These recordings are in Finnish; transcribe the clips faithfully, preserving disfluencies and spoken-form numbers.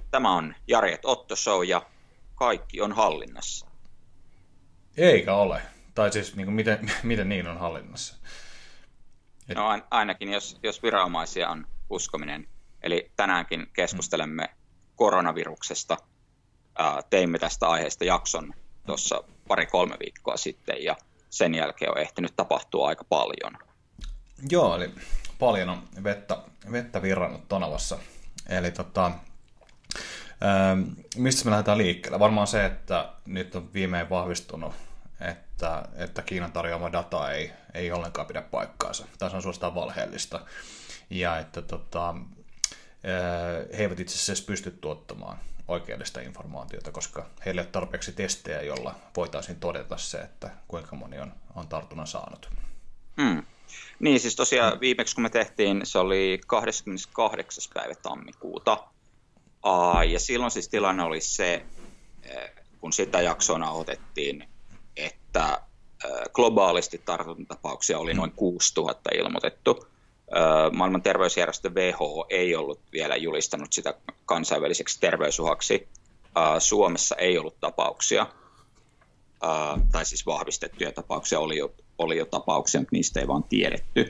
Tämä on Jari Otto Show ja kaikki on hallinnassa. Eikä ole. Tai siis niin kuin, miten, miten niin on hallinnassa? Et... No ainakin jos, jos viranomaisia on uskominen. Eli tänäänkin keskustelemme hmm. koronaviruksesta. Teimme tästä aiheesta jakson tuossa pari-kolme viikkoa sitten ja sen jälkeen on ehtinyt tapahtua aika paljon. Joo, eli paljon on vettä, vettä virrannut Tonavassa. Eli tota, ähm, mistä me lähdetään liikkeelle? Varmaan se, että nyt on viimein vahvistunut, että, että Kiinan tarjoama data ei, ei ollenkaan pidä paikkaansa. Tässä on suorastaan valheellista. Ja että tota, äh, he eivät itse asiassa pysty tuottamaan oikeellista informaatiota, koska heillä ei ole tarpeeksi testejä, jolla voitaisiin todeta se, että kuinka moni on, on tartunnan saanut. Hmm. Niin, siis tosiaan viimeksi kun me tehtiin, se oli kahdeskymmeneskahdeksas päivä tammikuuta, ja silloin siis tilanne oli se, kun sitä jaksoa nauhoitettiin, että globaalisti tartuntatapauksia oli noin kuusituhatta ilmoitettu. Maailman terveysjärjestö W H O ei ollut vielä julistanut sitä kansainväliseksi terveysuhaksi. Suomessa ei ollut tapauksia, tai siis vahvistettuja tapauksia, oli jo, oli jo tapauksia, mutta niistä ei vaan tiedetty.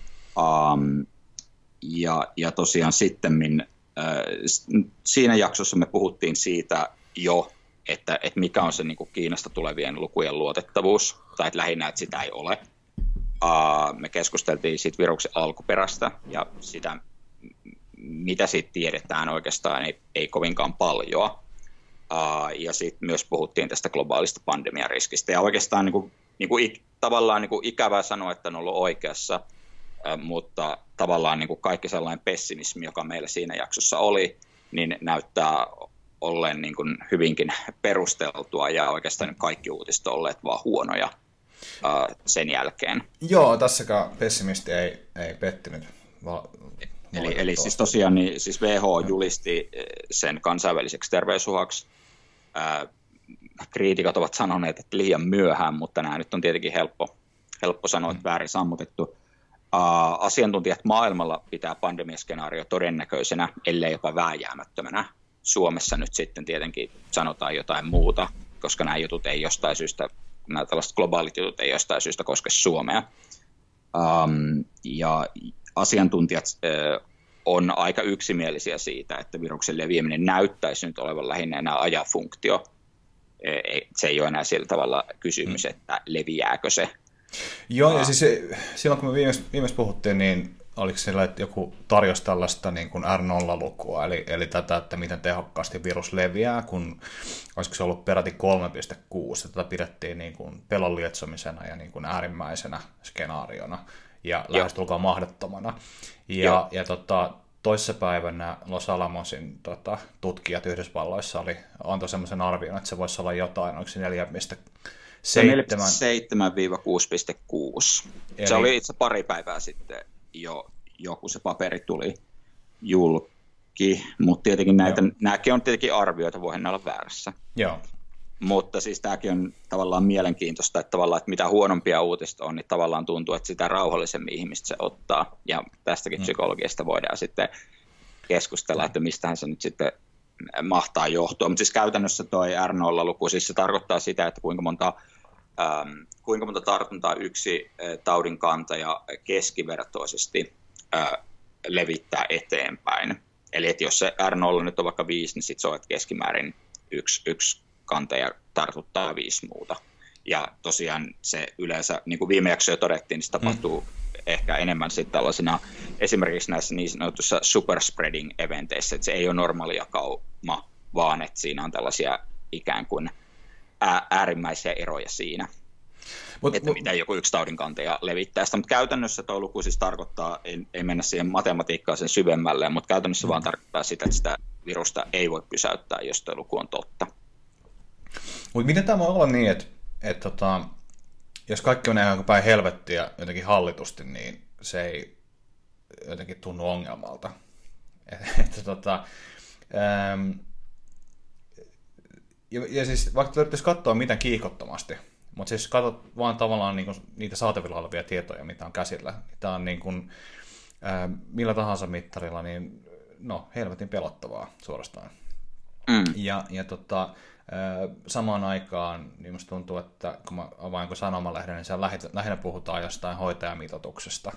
Ja, ja tosiaan sittemmin siinä jaksossa me puhuttiin siitä jo, että, että mikä on se niin kuin Kiinasta tulevien lukujen luotettavuus, tai että lähinnä, että sitä ei ole. Uh, me keskusteltiin siitä viruksen alkuperästä ja sitä, mitä siitä tiedetään oikeastaan, ei, ei kovinkaan paljon. Uh, ja sitten myös puhuttiin tästä globaalista pandemiariskistä. Ja oikeastaan niin kuin, niin kuin, tavallaan niin kuin ikävää sanoa, että on ollut oikeassa, uh, mutta tavallaan niin kuin kaikki sellainen pessimismi, joka meillä siinä jaksossa oli, niin näyttää olleen niin kuin hyvinkin perusteltua ja oikeastaan kaikki uutiset olleet vaan huonoja. Uh, sen jälkeen. Joo, tässäkään pessimisti ei, ei pettynyt. Va- eli, eli siis tosiaan niin, siis W H O julisti sen kansainväliseksi terveysuhaksi. Uh, kriitikot ovat sanoneet, että liian myöhään, mutta nämä nyt on tietenkin helppo, helppo sanoa, että väärin sammutettu. Uh, asiantuntijat maailmalla pitää pandemiaskenaario todennäköisenä, ellei jopa vääjäämättömänä. Suomessa nyt sitten tietenkin sanotaan jotain muuta, koska nämä jutut ei jostain syystä nämä tällaiset globaalit jutut ei jostain syystä koske Suomea. Um, ja asiantuntijat uh, on aika yksimielisiä siitä, että viruksen leviäminen näyttäisi nyt olevan lähinnä enää ajafunktio. E, se ei ole enää sillä tavalla kysymys, mm. että leviääkö se. Joo, uh, ja siis silloin kun me viimeis, viimeis puhuttiin, niin oliko siellä, että joku tarjosi tällaista niin kuin R nolla -lukua, eli, eli tätä, että miten tehokkaasti virus leviää, kun olisiko se ollut peräti kolme pilkku kuusi, tätä pidettiin niin kuin pelon lietsomisena ja niin kuin äärimmäisenä skenaariona ja lähestulkoon mahdottomana. Ja, ja tota, toissapäivänä Los Alamosin tota, tutkijat Yhdysvalloissa oli, antoi semmoisen arvion, että se voisi olla jotain, onko se neljä pilkku seitsemän kuusi pilkku kuusi. Eli... Se oli itse pari päivää sitten jo, jo kun se paperi tuli julki, mutta tietenkin näitä, nämäkin on tietenkin arvioita, voihan ne olla väärässä. Joo. Mutta siis tämäkin on tavallaan mielenkiintoista, että tavallaan, että mitä huonompia uutista on, niin tavallaan tuntuu, että sitä rauhallisemmin ihmistä se ottaa. Ja tästäkin psykologiasta voidaan sitten keskustella, että mistähän se nyt sitten mahtaa johtua. Mutta siis käytännössä tuo R nolla -luku, siis se tarkoittaa sitä, että kuinka monta, ähm, kuinka monta tartuntaa yksi äh, taudin kantaja keskivertoisesti äh, levittää eteenpäin. Eli että jos se R nolla nyt on vaikka viisi, niin sitten se on, että keskimäärin yksi, yksi kantaja tartuttaa viisi muuta. Ja tosiaan se yleensä, niin kuin viime jaksoja todettiin, niin se tapahtuu mm. ehkä enemmän sitten tällaisina, esimerkiksi näissä niin sanotuissa superspreading eventeissä, että se ei ole normaali jakauma, vaan että siinä on tällaisia ikään kuin äärimmäisiä eroja siinä, mut, että mut, miten joku yksi taudinkantaja levittää sitä. Mutta käytännössä tuo luku siis tarkoittaa, ei, ei mennä siihen matematiikkaan sen syvemmälle, mutta käytännössä mm. vaan tarkoittaa sitä, että sitä virusta ei voi pysäyttää, jos tuo luku on totta. Mutta miten tämä voi olla niin, että, että tota, jos kaikki on ihan päin helvettiä jotenkin hallitusti, niin se ei jotenkin tunnu ongelmalta. että, tota, ähm, ja, ja siis vaikka tarvitsisi katsoa miten kiihkottomasti, mutta siis katsot vaan tavallaan niinku niitä saatavilla olevia tietoja, mitä on käsillä. Tämä on niin kuin, äh, millä tahansa mittarilla, niin no, helvetin pelottavaa suorastaan. Mm. Ja, ja tota, samaan aikaan niin musta tuntuu, että kun mä avaan kun sanomalehden, niin siellä lähinnä puhutaan jostain hoitajamitoituksesta,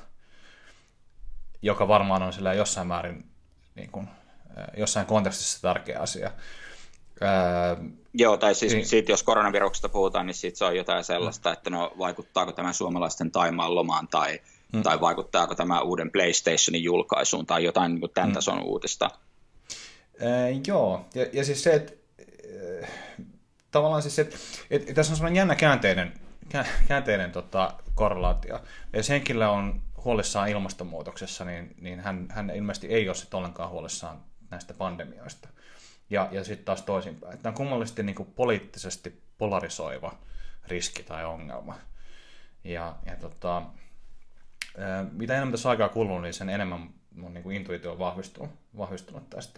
joka varmaan on sillä jossain määrin niin kuin, jossain kontekstissa tärkeä asia. Ää, Joo, tai siis niin, siitä, jos koronaviruksesta puhutaan, niin siitä se on jotain sellaista, mm. että no vaikuttaako tämä suomalaisten Taimaan lomaan, tai, mm. tai vaikuttaako tämä uuden PlayStationin julkaisuun, tai jotain niin kuin tämän mm. tason uutista. Ää, joo, ja, ja siis se, että äh, tavallaan siis, että et, tässä on sellainen jännä käänteinen, käänteinen tota, korrelaatio. Jos henkilö on huolissaan ilmastonmuutoksessa, niin, niin hän, hän ilmeisesti ei ole sitten ollenkaan huolissaan näistä pandemioista. Ja, ja sitten taas toisinpäin. Tämä on kummallisesti niin kuin poliittisesti polarisoiva riski tai ongelma. Ja, ja tota, mitä enemmän tässä aikaa kuluu, niin sen enemmän mun niin kuin intuitio on vahvistunut, vahvistunut tästä.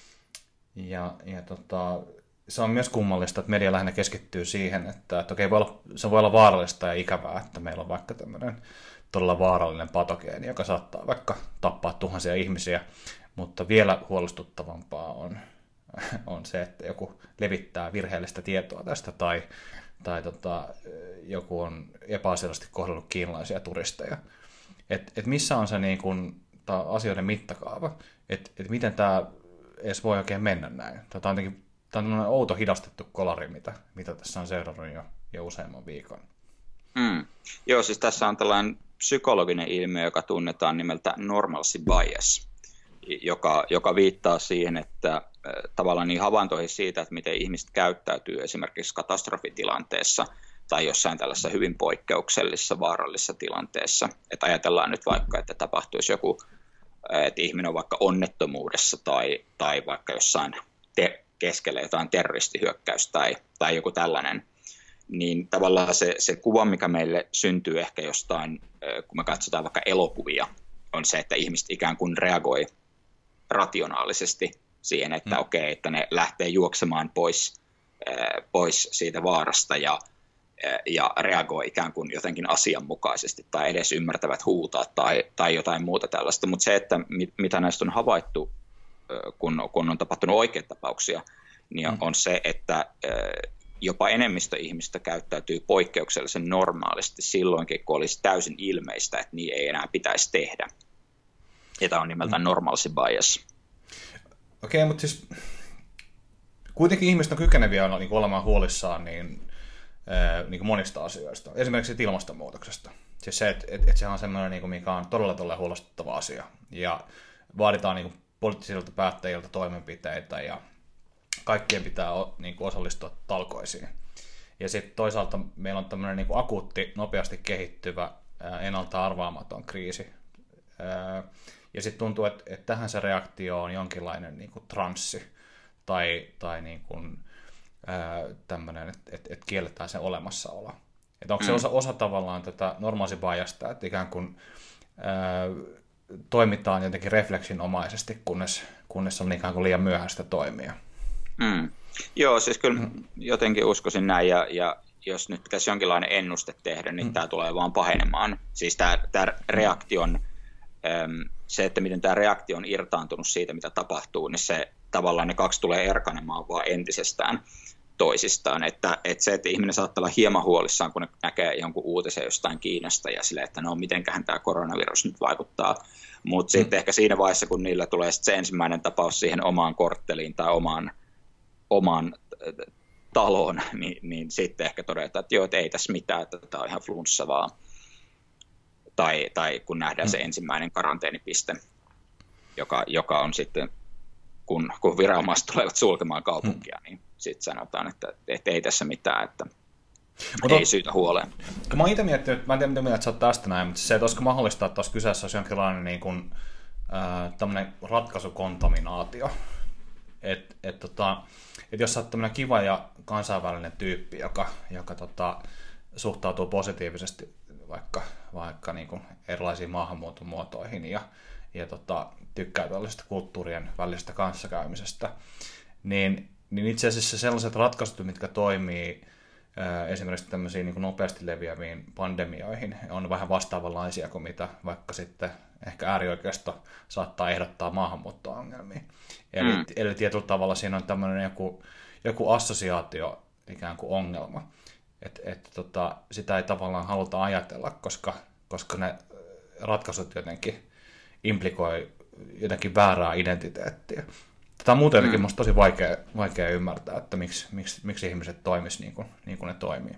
Ja, ja tota, se on myös kummallista, että media lähinnä keskittyy siihen, että, että okei, voi olla, se voi olla vaarallista ja ikävää, että meillä on vaikka tämmöinen todella vaarallinen patogeeni, joka saattaa vaikka tappaa tuhansia ihmisiä, mutta vielä huolestuttavampaa on, on se, että joku levittää virheellistä tietoa tästä tai, tai tota, joku on epäasiallisesti kohdellut kiinalaisia turisteja. Et, et missä on se niin kun, asioiden mittakaava, että et miten tämä edes voi oikein mennä näin. Tämä on jotenkin tämä on outo hidastettu kolari, mitä, mitä tässä on seurannut jo, jo useamman viikon. Mm. Joo, siis tässä on tällainen psykologinen ilmiö, joka tunnetaan nimeltä normalcy bias, joka, joka viittaa siihen, että äh, tavallaan niin havaintoihin siitä, että miten ihmiset käyttäytyy esimerkiksi katastrofitilanteessa tai jossain tällaisessa hyvin poikkeuksellisessa, vaarallisessa tilanteessa. Että ajatellaan nyt vaikka, että tapahtuisi joku, että ihminen on vaikka onnettomuudessa tai, tai vaikka jossain te- keskellä jotain terroristihyökkäystä tai, tai joku tällainen, niin tavallaan se, se kuva, mikä meille syntyy ehkä jostain, kun me katsotaan vaikka elokuvia, on se, että ihmiset ikään kuin reagoi rationaalisesti siihen, että mm. okei, okay, että ne lähtee juoksemaan pois, pois siitä vaarasta ja, ja reagoi ikään kuin jotenkin asianmukaisesti tai edes ymmärtävät huutaa tai, tai jotain muuta tällaista. Mutta se, että mit, mitä näistä on havaittu, kun, kun on tapahtunut oikeita tapauksia, niin mm. on se, että jopa enemmistö ihmistä käyttäytyy poikkeuksellisen normaalisti silloinkin, kun olisi täysin ilmeistä, että niin ei enää pitäisi tehdä. Ja tämä on nimeltään normalcy bias. Okei, okay, mutta siis kuitenkin ihmiset on kykeneviä niin olemaan huolissaan niin, äh, niin monista asioista. Esimerkiksi ilmastonmuutoksesta. Siis se, että et, et sehän on semmoinen, niin mikä on todella, todella huolestuttava asia. Ja vaaditaan niin poliittisilta päättäjiltä toimenpiteitä ja kaikkien pitää niin kuin osallistua talkoisiin. Ja sitten toisaalta meillä on tämmöinen niin kuin akuutti, nopeasti kehittyvä, ennalta arvaamaton kriisi. Ja sitten tuntuu, että, että tähän se reaktio on jonkinlainen niin kuin transsi tai, tai niin kuin, tämmöinen, että, että, että kielletään sen olemassaolo. Että onko se osa, osa tavallaan tätä normalcy biasta, että ikään kuin ää, toimitaan jotenkin refleksinomaisesti, kunnes, kunnes on ikään kuin liian myöhäistä toimia. Mm. Joo, siis kyllä mm. jotenkin uskoisin näin, ja, ja jos nyt pitäisi jonkinlainen ennuste tehdä, niin mm. tämä tulee vaan pahenemaan. Siis tämä, tämä reaktion, se, että miten tämä reaktio on irtaantunut siitä, mitä tapahtuu, niin se tavallaan ne kaksi tulee erkanemaan vaan entisestään toisistaan. Että, että se, että ihminen saattaa olla hieman huolissaan, kun ne näkee jonkun uutisen jostain Kiinasta ja sille, että no mitenköhän tämä koronavirus nyt vaikuttaa. Mutta mm. sitten ehkä siinä vaiheessa, kun niillä tulee se ensimmäinen tapaus siihen omaan kortteliin tai omaan oman taloon, niin, niin sitten ehkä todetaan, että joo, että ei tässä mitään, että tämä on ihan flunssa vaan. Tai, tai kun nähdään mm. se ensimmäinen karanteenipiste, joka, joka on sitten, kun, kun viranomaiset tulevat sulkemaan kaupunkia, mm. niin sitten sanotaan, että, että ei tässä mitään, että mutta ei syytä huoleen. Mä oon itse miettinyt, mä en tiedä mitä mieltä sä oot tästä näin, mutta se, että olisiko mahdollista, että tuossa kyseessä olisi jonkinlainen niin kuin, äh, tämmöinen ratkaisukontaminaatio. Että et, tota, et jos sä oot tämmöinen kiva ja kansainvälinen tyyppi, joka, joka tota, suhtautuu positiivisesti vaikka, vaikka niin kuin erilaisiin maahanmuuton muotoihin ja, ja tota, tykkää tällaisesta kulttuurien välisestä kanssakäymisestä, niin, niin itse asiassa sellaiset ratkaisut, mitkä toimii esimerkiksi tämmöisiin niin kuin nopeasti leviäviin pandemioihin on vähän vastaavanlaisia kuin mitä vaikka sitten ehkä äärioikeisto saattaa ehdottaa maahanmuutto-ongelmiin. Eli, mm. eli tietyllä tavalla siinä on tämmöinen joku, joku assosiaatio ikään kuin ongelma, että et, tota, sitä ei tavallaan haluta ajatella, koska, koska ne ratkaisut jotenkin implikoi jotenkin väärää identiteettiä. Tämä on muutenkin mm. musta tosi vaikea, vaikea ymmärtää, että miksi, miksi, miksi ihmiset toimisivat niin kuin, niin kuin ne toimii.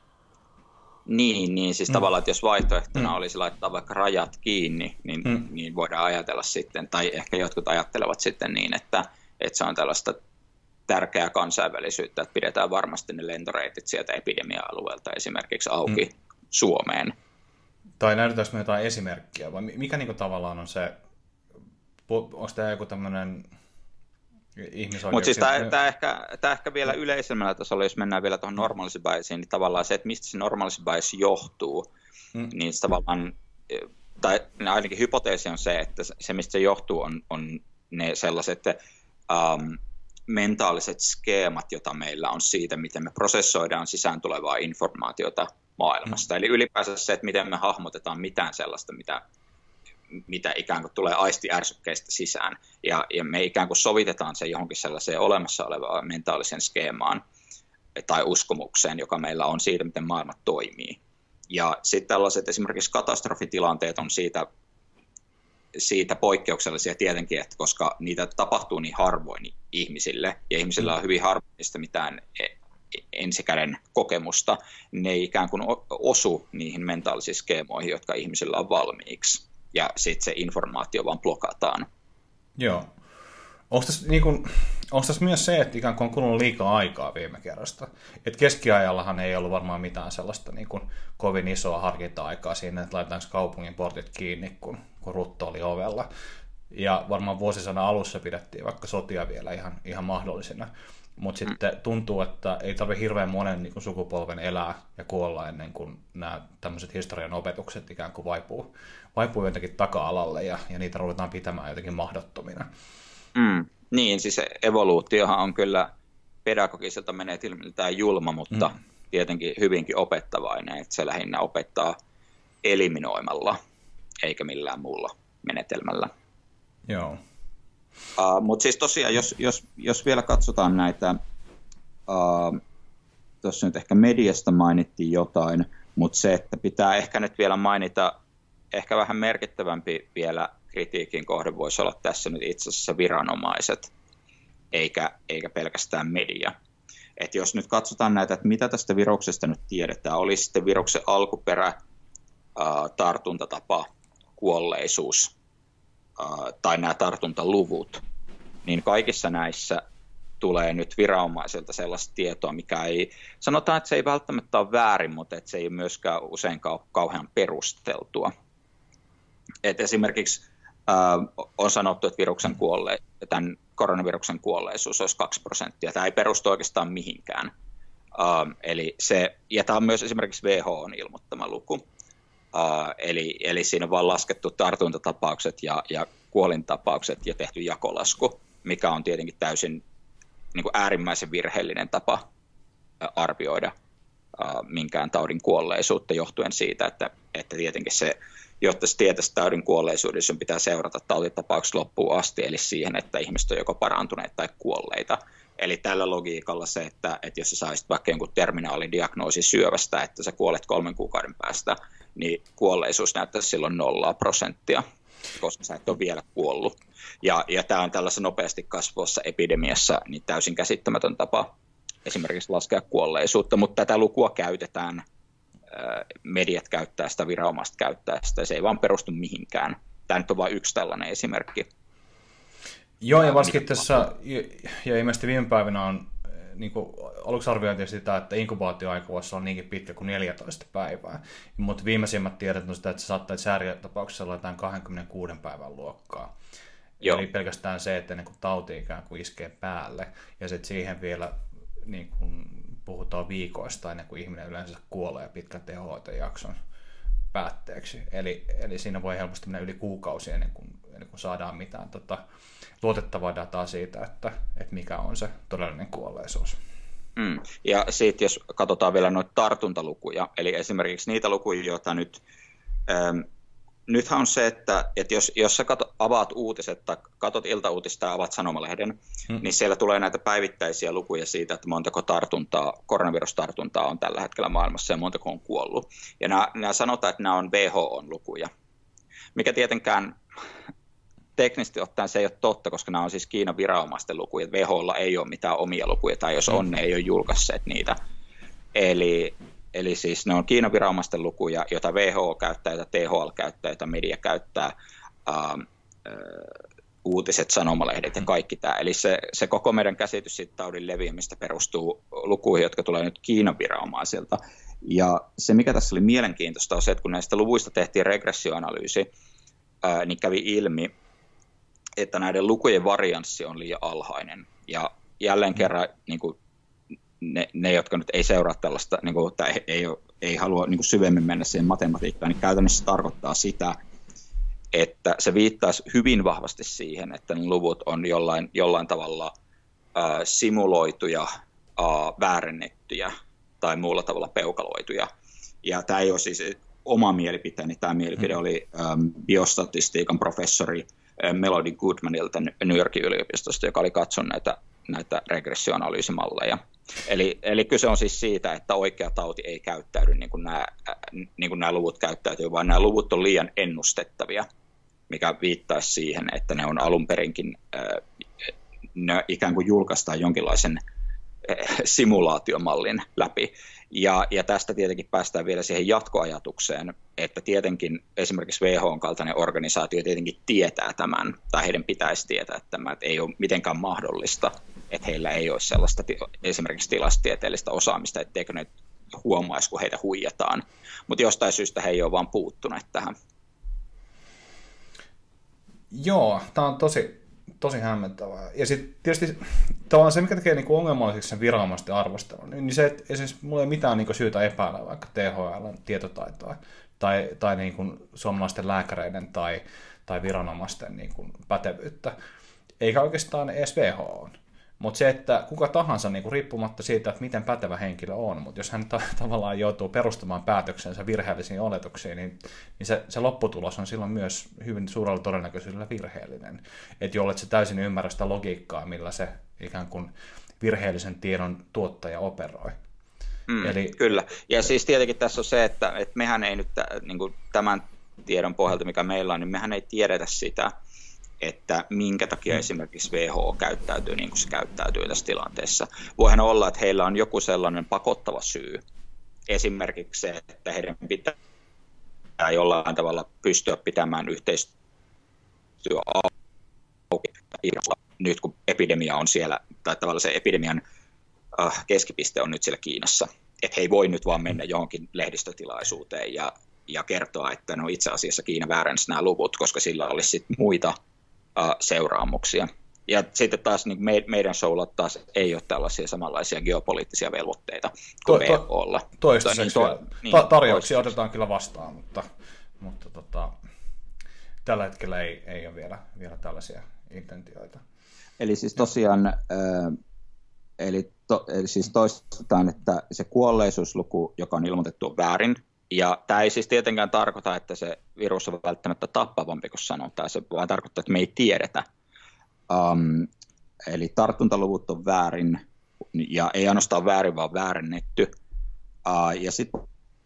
Niin, niin siis mm. tavallaan, että jos vaihtoehtona mm. olisi laittaa vaikka rajat kiinni, niin, mm. niin voidaan ajatella sitten, tai ehkä jotkut ajattelevat sitten niin, että, että se on tällaista tärkeää kansainvälisyyttä, että pidetään varmasti ne lentoreitit sieltä epidemia-alueelta esimerkiksi auki mm. Suomeen. Tai näytetäänkö me jotain esimerkkiä, vai mikä niin kuin tavallaan on se, onko tämä joku tämmöinen ihmisoikeuksia? Mutta siis tämä, tämä, ehkä, tämä ehkä vielä yleisemmällä tasolla, jos mennään vielä tuohon normalcy biasiin, niin tavallaan se, että mistä se normalcy bias johtuu, mm. niin tavallaan, tai ainakin hypoteesi on se, että se mistä se johtuu on, on ne sellaiset um, mentaaliset skeemat, joita meillä on siitä, miten me prosessoidaan sisään tulevaa informaatiota maailmasta. Mm. Eli ylipäänsä se, että miten me hahmotetaan mitään sellaista, mitä, mitä ikään kuin tulee aistiärsykkeistä sisään. Ja, ja me ikään kuin sovitetaan se johonkin sellaiseen olemassa olevaan mentaalisen skeemaan tai uskomukseen, joka meillä on siitä, miten maailma toimii. Ja sitten tällaiset esimerkiksi katastrofitilanteet on siitä, siitä poikkeuksellisia tietenkin, että koska niitä tapahtuu niin harvoin ihmisille, ja ihmisillä on hyvin harvoin niistä mitään ensikäden kokemusta, ne ei ikään kuin osu niihin mentaalisiin skeemoihin, jotka ihmisillä on valmiiksi. Ja sitten se informaatio vaan blokataan. Joo. Onko tässä, niin kun, onko tässä myös se, että ikään kuin on kulunut liikaa aikaa viime kerrasta? Et keskiajallahan ei ollut varmaan mitään sellaista niin kun kovin isoa harkinta-aikaa siinä, että laitetaanko kaupungin portit kiinni, kun, kun rutto oli ovella. Ja varmaan vuosisadan alussa pidettiin vaikka sotia vielä ihan, ihan mahdollisena. Mutta sitten tuntuu, että ei tarvitse hirveän monen niin kun sukupolven elää ja kuolla ennen kuin nämä tämmöiset historian opetukset ikään kuin vaipuu, vaipuu jotenkin taka-alalle ja, ja niitä ruvetaan pitämään jotenkin mahdottomina. Mm, niin, siis evoluutiohan on kyllä pedagogiselta menetelmiltään julma, mutta mm. tietenkin hyvinkin opettavainen, että se lähinnä opettaa eliminoimalla eikä millään muulla menetelmällä. Joo. Uh, mutta siis tosiaan, jos, jos, jos vielä katsotaan näitä, uh, tuossa nyt ehkä mediasta mainittiin jotain, mutta se, että pitää ehkä nyt vielä mainita, ehkä vähän merkittävämpi vielä kritiikin kohde voisi olla tässä nyt itse asiassa viranomaiset, eikä, eikä pelkästään media. Et jos nyt katsotaan näitä, että mitä tästä viruksesta nyt tiedetään, oli sitten viruksen alkuperä, uh, tartuntatapa, kuolleisuus, tai nämä tartuntaluvut, niin kaikissa näissä tulee nyt viranomaiselta sellaista tietoa, mikä ei, sanotaan, että se ei välttämättä ole väärin, mutta että se ei myöskään usein kauhean perusteltua. Et esimerkiksi äh, on sanottu, että viruksen kuolle, tämän koronaviruksen kuolleisuus olisi kaksi prosenttia. Tämä ei perustu oikeastaan mihinkään. Ähm, eli se, ja tämä on myös esimerkiksi W H O:n ilmoittama luku. Uh, eli, eli siinä on vaan laskettu tartuntatapaukset ja, ja kuolintapaukset ja tehty jakolasku, mikä on tietenkin täysin niin kuin äärimmäisen virheellinen tapa uh, arvioida uh, minkään taudin kuolleisuutta johtuen siitä, että, että tietenkin se, jotta se tietäisi taudin kuolleisuudessa, pitää seurata tautitapaukset loppuun asti, eli siihen, että ihmiset on joko parantuneet tai kuolleita. Eli tällä logiikalla se, että, että jos sä saisit vaikka jonkun terminaalidiagnoosin syövästä, että sä kuolet kolmen kuukauden päästä, niin kuolleisuus näyttäisi silloin nollaa prosenttia, koska sä et ole vielä kuollut. Ja, ja tämä on tällaisessa nopeasti kasvavassa epidemiassa niin täysin käsittämätön tapa esimerkiksi laskea kuolleisuutta, mutta tätä lukua käytetään, mediat käyttää sitä, viranomaiset käyttää sitä, se ei vaan perustu mihinkään. Tämä nyt on vain yksi tällainen esimerkki. Joo, ja varsinkin tässä, ja ilmeisesti viime päivinä on, niin kuin aluksi arvioitiin sitä, että inkubaatioaika voisi olla niinkin pitkä kuin neljätoista päivää. Mutta viimeisimmät tiedot on sitä, että se saattaa sääriötapauksessa olla jotain kaksikymmentäkuusi päivän luokkaa. Joo. Eli pelkästään se, että niin kuin tauti ikään kuin iskee päälle, ja sitten siihen vielä niin kuin puhutaan viikoista ennen kuin ihminen yleensä kuolee pitkän tehohoitojakson päätteeksi. Eli, eli siinä voi helposti mennä yli kuukausi ennen kuin, ennen kuin saadaan mitään tota, luotettavaa dataa siitä, että, että mikä on se todellinen kuolleisuus. Mm. Ja sitten jos katsotaan vielä noita tartuntalukuja, eli esimerkiksi niitä lukuja, joita nyt, ähm, nythän on se, että, että jos, jos sä kato, avaat uutiset tai katot iltauutista ja avaat sanomalehden, mm. niin siellä tulee näitä päivittäisiä lukuja siitä, että montako tartuntaa, koronavirustartuntaa on tällä hetkellä maailmassa ja montako on kuollut. Ja nämä, nämä sanotaan, että nämä on W H O-lukuja, mikä tietenkään teknisesti ottaen se ei ole totta, koska nämä on siis Kiinan viranomaisten lukuja. W H O:lla ei ole mitään omia lukuja, tai jos on, ne ei ole julkaisseet niitä. Eli, eli siis ne on Kiinan viranomaisten lukuja, joita W H O käyttää, joita T H L käyttää, joita media käyttää, ää, ää, uutiset, sanomalehdet ja kaikki tämä. Eli se, se koko meidän käsitys siitä taudin leviämistä perustuu lukuihin, jotka tulee nyt Kiinan viranomaisilta. Ja se, mikä tässä oli mielenkiintoista, on se, että kun näistä luvuista tehtiin regressioanalyysi, ää, niin kävi ilmi, että näiden lukujen varianssi on liian alhainen. Ja jälleen kerran niin kuin ne, ne, jotka nyt ei seuraa tällaista, niin kuin, tai ei, ei halua niin kuin syvemmin mennä siihen matematiikkaan, niin käytännössä tarkoittaa sitä, että se viittaisi hyvin vahvasti siihen, että ne luvut on jollain, jollain tavalla äh, simuloituja, äh, väärennettyjä tai muulla tavalla peukaloituja. Ja tämä ei ole siis oma mielipiteeni, tämä mielipide oli ähm, biostatistiikan professori Melody Goodmanilta New Yorkin yliopistosta, joka oli katsonut näitä, näitä regressioanalyysimalleja. Eli, eli kyse on siis siitä, että oikea tauti ei käyttäydy niin kuin nämä, niin kuin nämä luvut käyttäytyy, vaan nämä luvut on liian ennustettavia, mikä viittaisi siihen, että ne on alun perinkin, ne ikään kuin julkaistaan jonkinlaisen simulaatiomallin läpi. Ja, ja tästä tietenkin päästään vielä siihen jatkoajatukseen, että tietenkin esimerkiksi W H O:n kaltainen organisaatio tietenkin tietää tämän, tai heidän pitäisi tietää tämä, että ei ole mitenkään mahdollista, että heillä ei ole sellaista esimerkiksi tilastotieteellistä osaamista, etteikö ne huomaisi, kun heitä huijataan. Mutta jostain syystä he ei ole vaan puuttuneet tähän. Joo, tämä on tosi... Tosi hämmentävää. Ja sitten tietysti tavallaan se, mikä tekee niinku ongelmalliseksi sen viranomaisten arvostelun, niin se, että siis mulla ei ole mitään niinku syytä epäillä vaikka T H L:n tietotaitoa tai, tai niinku suomalaisten lääkäreiden tai, tai viranomaisten niinku pätevyyttä, eikä oikeastaan edes W H O. Mutta se, että kuka tahansa niinku, riippumatta siitä, että miten pätevä henkilö on, mutta jos hän ta- tavallaan joutuu perustamaan päätöksensä virheellisiin oletuksiin, niin, niin se, se lopputulos on silloin myös hyvin suurella todennäköisyydellä virheellinen. Että jollet se täysin ymmärrä sitä logiikkaa, millä se ikään kuin virheellisen tiedon tuottaja operoi. Mm, Eli, kyllä. Ja siis tietenkin tässä on se, että, että mehän ei nyt niin kuin tämän tiedon pohjalta, mikä meillä on, niin mehän ei tiedetä sitä, että minkä takia mm. esimerkiksi W H O käyttäytyy niin kuin se käyttäytyy tässä tilanteessa. Voihan olla, että heillä on joku sellainen pakottava syy. Esimerkiksi se, että heidän pitää jollain tavalla pystyä pitämään yhteistyö auki. Nyt kun epidemia on siellä, tai tavallaan se epidemian äh, keskipiste on nyt siellä Kiinassa. Että he ei voi nyt vaan mennä johonkin lehdistötilaisuuteen ja, ja kertoa, että no itse asiassa Kiina väärensi nämä luvut, koska sillä olisi sit muita seuraamuksia. Ja sitten taas niin me, meidän showlla taas ei ole tällaisia samanlaisia geopoliittisia velvoitteita kuin to, W H O:lla. Toistaiseksi niin, to, niin, ta- tarjouksia otetaan kyllä vastaan, mutta, mutta tota, tällä hetkellä ei, ei ole vielä, vielä tällaisia intentioita. Eli siis tosiaan, äh, eli, to, eli siis toistetaan, että se kuolleisuusluku, joka on ilmoitettu, on väärin. Ja tämä ei siis tietenkään tarkoita, että se virus on välttämättä tappavampi kuin sanotaan, se vaan tarkoittaa, että me ei tiedetä. Um, eli tartuntaluvut on väärin, ja ei ainoastaan väärin, vaan väärennetty. Uh, ja sitten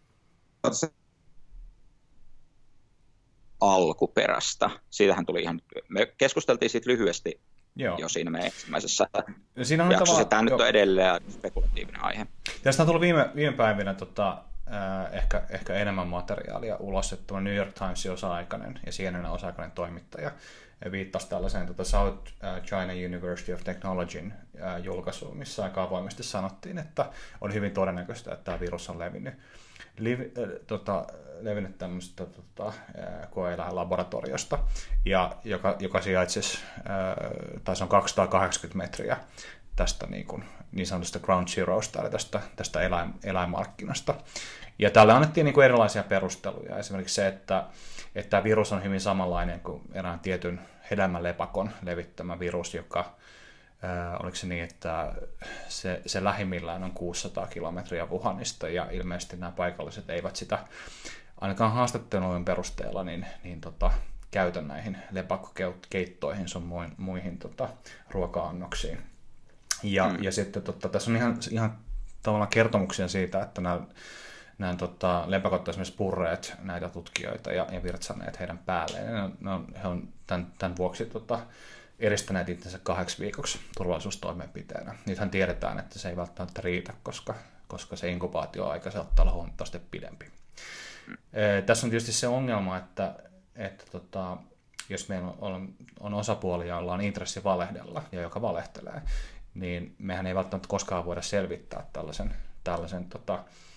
alkuperästä. Siitähän tuli ihan, me keskusteltiin siitä lyhyesti Joo. jo siinä meidän ensimmäisessä jaksossa. Tämä nyt on edelleen spekulatiivinen aihe. Tästä on tullut viime, viime päivinä tota, äh, ehkä, ehkä enemmän materiaalia ulos, että New York Timesin osa-aikainen ja C N N osa-aikainen toimittaja viittasi tällaiseen tota South China University of Technologyn äh, julkaisuun, missä aika avoimesti sanottiin, että on hyvin todennäköistä, että tämä virus on levinnyt, Liv, äh, tota, levinnyt tämmöistä tota, äh, koe-eläinlaboratoriosta, ja joka, joka sijaitsisi, äh, tai se on kaksisataakahdeksankymmentä metriä tästä niin, kuin, niin sanotusta ground zerosta, eli tästä, tästä eläin, eläinmarkkinasta. Ja tälle annettiin niin kuin erilaisia perusteluja. Esimerkiksi se, että, että tämä virus on hyvin samanlainen kuin erään tietyn hedelmälepakon levittämä virus, joka Ää, oliko se niin, että se, se lähimmillään on kuusisataa kilometriä Wuhanista, ja ilmeisesti nämä paikalliset eivät sitä ainakaan haastattelujen perusteella niin, niin tota, käytä näihin lepakkokeittoihin sun muihin, muihin tota, ruoka-annoksiin. Ja, mm. ja sitten tota, tässä on ihan, ihan tavallaan kertomuksia siitä, että nämä, nämä tota, lepakot esimerkiksi purreet näitä tutkijoita ja, ja virtsanneet heidän päälleen. Ne on, ne on, he on tämän, tämän vuoksi tota, eristäneet itsensä kahdeksi viikoksi turvallisuustoimenpiteenä. Nythän tiedetään, että se ei välttämättä riitä, koska, koska se inkubaatioaika saattaa olla huomattavasti pidempi. Mm. E, tässä on tietysti se ongelma, että, että tota, jos meillä on, on osapuolia, jolla on intressi valehdella ja joka valehtelee, niin mehän ei välttämättä koskaan voida selvittää tällaisen, tällaisen tota,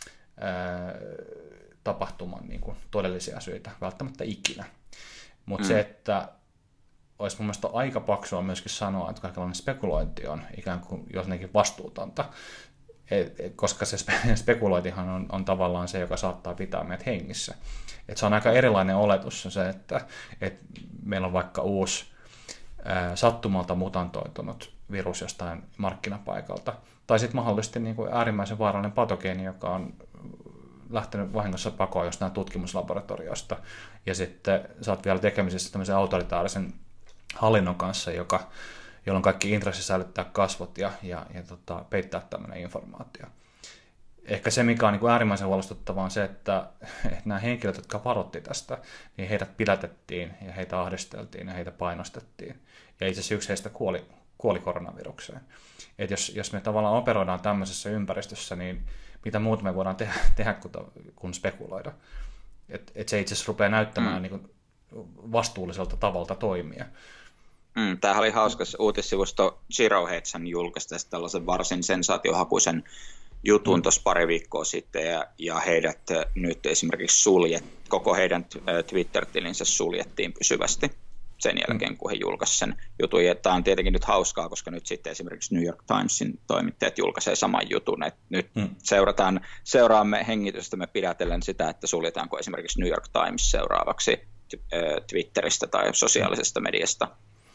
ää, tapahtuman niin kuin todellisia syitä, välttämättä ikinä. Mutta mm. se, että olisi mun mielestä aika paksua myöskin sanoa, että kaikenlainen spekulointi on ikään kuin jotenkin vastuutonta, et, et, koska se spe- spekulointihan on, on tavallaan se, joka saattaa pitää meidät hengissä. Et se on aika erilainen oletus se, että et meillä on vaikka uusi ää, sattumalta mutantoitunut virus jostain markkinapaikalta, tai sitten mahdollisesti niin kuin äärimmäisen vaarallinen patogeeni, joka on lähtenyt vahingossa pakoon jostain tutkimuslaboratoriosta, ja sitten sä oot vielä tekemisissä tämmöisen autoritaarisen hallinnon kanssa, joka, jolla on kaikki intressi säilyttää kasvot ja, ja, ja tota, peittää tämmöinen informaatio. Ehkä se, mikä on niin kuin äärimmäisen huolestuttavaa, on se, että, että nämä henkilöt, jotka varoitti tästä, niin heidät pidätettiin ja heitä ahdisteltiin ja heitä painostettiin. Ja itse asiassa yksi heistä kuoli, kuoli koronavirukseen. Et jos, jos me tavallaan operoidaan tämmöisessä ympäristössä, niin mitä muuta me voidaan tehdä, tehdä kuin, kuin spekuloida. Et, et se itse asiassa rupeaa näyttämään mm. niin kuin vastuulliselta tavalta toimia. Mm, tämähän oli hauska uutissivusto Zero Hedgehän julkaisi tällaisen varsin sensaatiohakuisen jutun tuossa pari viikkoa sitten, ja, ja heidät nyt esimerkiksi suljet, koko heidän Twitter-tilinsä suljettiin pysyvästi sen jälkeen, mm. kun he julkaisivat sen jutun. Ja tämä on tietenkin nyt hauskaa, koska nyt sitten esimerkiksi New York Timesin toimittajat julkaisee saman jutun, että nyt mm. seurataan, seuraamme hengitystä, me pidätellen sitä, että suljetaanko esimerkiksi New York Times seuraavaksi Twitteristä tai sosiaalisesta mediasta.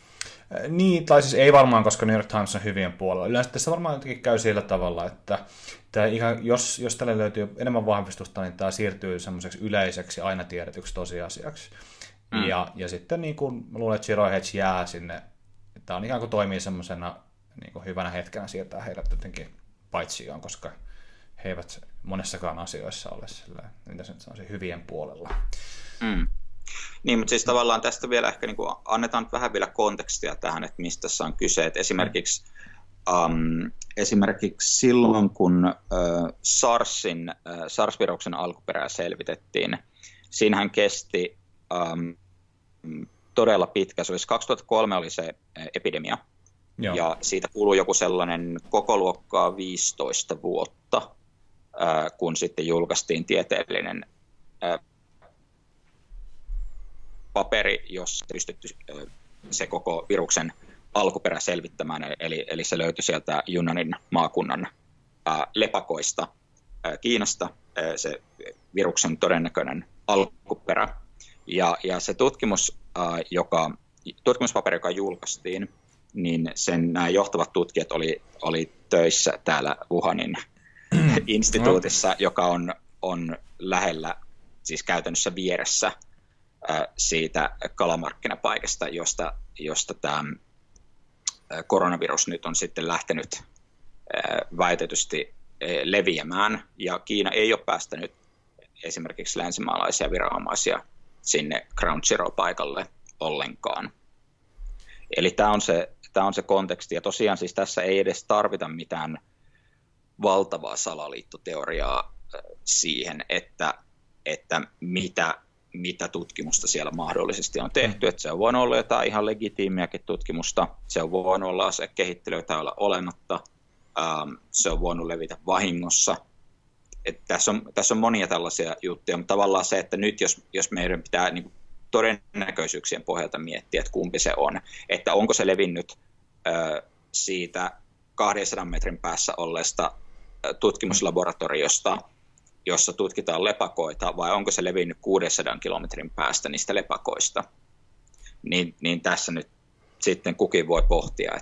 Niin, tai siis ei varmaan, koska New York Times on hyvien puolella. Yleensä tässä varmaan jotenkin käy sillä tavalla, että tämä ihan, jos, jos tälle löytyy enemmän vahvistusta, niin tämä siirtyy semmoiseksi yleiseksi, aina tiedetyksi tosiasiaksi. Mm. Ja, ja sitten niin kuin mä luulen, että Zero Hedge jää sinne, tämä on ikään kuin toimii semmoisena niin kuin hyvänä hetkenä siirtää heidät jotenkin paitsioon, koska he eivät monessakaan asioissa ole sillä, mitä se on, se hyvien puolella. Mm. Niin, mutta siis tavallaan tästä vielä ehkä niin kuin annetaan vähän vielä kontekstia tähän, että mistä tässä on kyse. Että esimerkiksi, um, esimerkiksi silloin, kun uh, SARSin, uh, SARS-viruksen alkuperää selvitettiin, siinähän kesti um, todella pitkä. Se olisi kaksituhattakolme oli se epidemia, Joo. ja siitä kului joku sellainen koko luokkaa viisitoista vuotta, uh, kun sitten julkaistiin tieteellinen uh, paperi, jossa pystytty se koko viruksen alkuperä selvittämään, eli, eli se löytyi sieltä Yunnanin maakunnan ää, lepakoista ää, Kiinasta, ää, se viruksen todennäköinen alkuperä. Ja, ja se tutkimus, ää, joka, tutkimuspaperi, joka julkaistiin, niin sen nämä johtavat tutkijat oli, oli töissä täällä Wuhanin instituutissa, joka on, on lähellä, siis käytännössä vieressä siitä kalamarkkinapaikasta, josta, josta tämä koronavirus nyt on sitten lähtenyt väitetysti leviämään, ja Kiina ei ole päästänyt esimerkiksi länsimaalaisia viranomaisia sinne Ground Zero-paikalle ollenkaan. Eli tämä on se, tämä on se konteksti, ja tosiaan siis tässä ei edes tarvita mitään valtavaa salaliittoteoriaa siihen, että, että mitä mitä tutkimusta siellä mahdollisesti on tehty. Että se on voinut olla jotain ihan legitiimiäkin tutkimusta, se on voinut olla asekehittelyä tai olla olematta, ähm, se on voinut levitä vahingossa. Et tässä, on, tässä on monia tällaisia juttuja, mutta tavallaan se, että nyt jos, jos meidän pitää niin kuin todennäköisyyksien pohjalta miettiä, että kumpi se on, että onko se levinnyt äh, siitä kahdensadan metrin päässä olleesta äh, tutkimuslaboratoriosta, jossa tutkitaan lepakoita, vai onko se levinnyt kuudensadan kilometrin päästä niistä lepakoista, niin, niin tässä nyt sitten kukin voi pohtia, että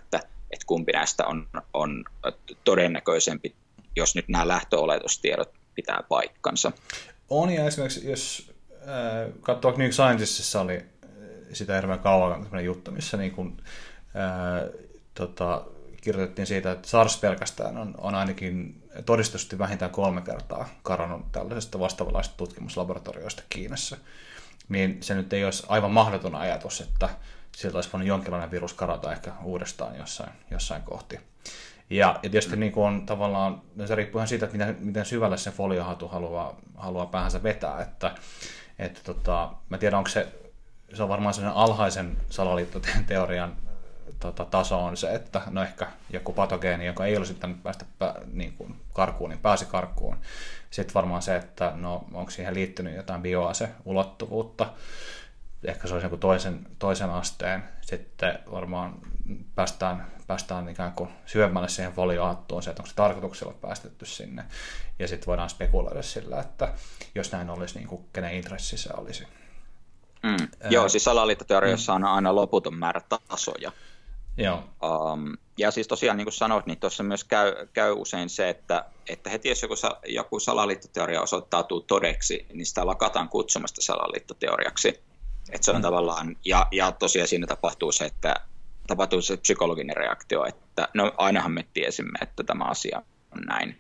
että kumpi näistä on, on todennäköisempi, jos nyt nämä lähtöoletustiedot pitää paikkansa. On, ja esimerkiksi jos äh, katsoo New Scientistissa oli sitä hirveän kauan sellainen juttu, missä niin kuin, äh, tota, kirjoitettiin siitä, että SARS pelkästään on, on ainakin todistusti vähintään kolme kertaa karannut tällaisesta vastaavanlaisesta tutkimuslaboratorioista Kiinassa. Niin se nyt ei olisi aivan mahdoton ajatus, että sieltä olisi voinut jonkinlainen virus karata ehkä uudestaan jossain, jossain kohti. Ja, ja tietysti niin kuin on tavallaan, se riippuu ihan siitä, että miten, miten syvälle se foliohatu haluaa, haluaa päähänsä vetää. Että, että tota, mä tiedän, onko se, se on varmaan sellainen alhaisen salaliittoteorian tota, taso on se, että no ehkä joku patogeeni, joka ei olisi pitänyt päästä niin kuin karkuun, niin pääsi karkuun. Sitten varmaan se, että no, onko siihen liittynyt jotain bioaseulottuvuutta. Ehkä se olisi joku toisen, toisen asteen. Sitten varmaan päästään, päästään ikään kuin syvemmälle siihen foliohattuun se, että onko se tarkoituksella päästetty sinne. Ja sitten voidaan spekuloida sillä, että jos näin olisi, niin kuin kenen intressi se olisi. Mm. Ää... Joo, siis salaliittoteoriassa on aina loputon määrä tasoja. Joo. Um, ja siis tosiaan niin kuin sanoit, niin tuossa myös käy, käy usein se, että, että heti jos joku, joku salaliittoteoria osoittautuu todeksi, niin sitä lakataan kutsumasta salaliittoteoriaksi. Että se on mm. tavallaan, ja, ja tosiaan siinä tapahtuu se, että tapahtuu se psykologinen reaktio, että no ainahan me tiesimme, että tämä asia on näin.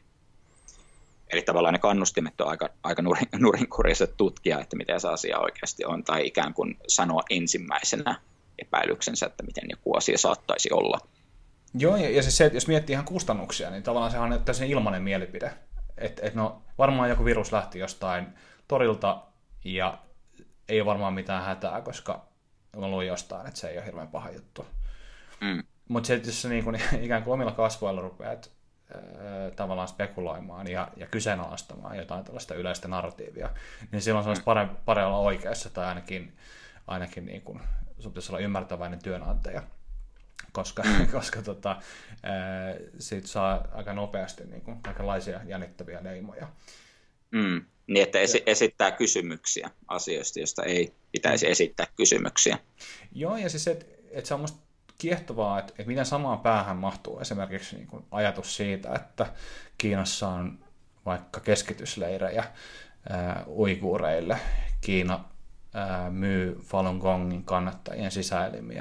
Eli tavallaan ne kannustimet on aika, aika nurin, nurinkuriset tutkia, että miten se asia oikeasti on, tai ikään kuin sanoa ensimmäisenä epäilyksensä, että miten joku asia saattaisi olla. Joo, ja, ja siis se, että jos miettii ihan kustannuksia, niin tavallaan sehän on täysin ilmainen mielipide. Että et no, varmaan joku virus lähti jostain torilta, ja ei ole varmaan mitään hätää, koska mä luin jostain, että se ei ole hirveän paha juttu. Mm. Mutta se, että jos sä niin kun, ikään kuin omilla kasvoilla rupeat äh, tavallaan spekuloimaan ja, ja kyseenalaistamaan jotain tällaista yleistä narratiivia, niin silloin se olisi parempi pare olla oikeassa, tai ainakin, ainakin niin kun, sun pitäisi olla ymmärtäväinen työnantaja, koska, mm. koska tota, äh, siitä saa aika nopeasti niin kun, kaikenlaisia jännittäviä leimoja. Mm. Niin, että esi- esittää kysymyksiä asioista, joista ei pitäisi esittää kysymyksiä. Joo, ja siis, että et se on musta kiehtovaa, että et miten samaan päähän mahtuu esimerkiksi niin kuin ajatus siitä, että Kiinassa on vaikka keskitysleirejä ää, uiguureille. Kiina ää, myy Falun Gongin kannattajien sisäelimiä.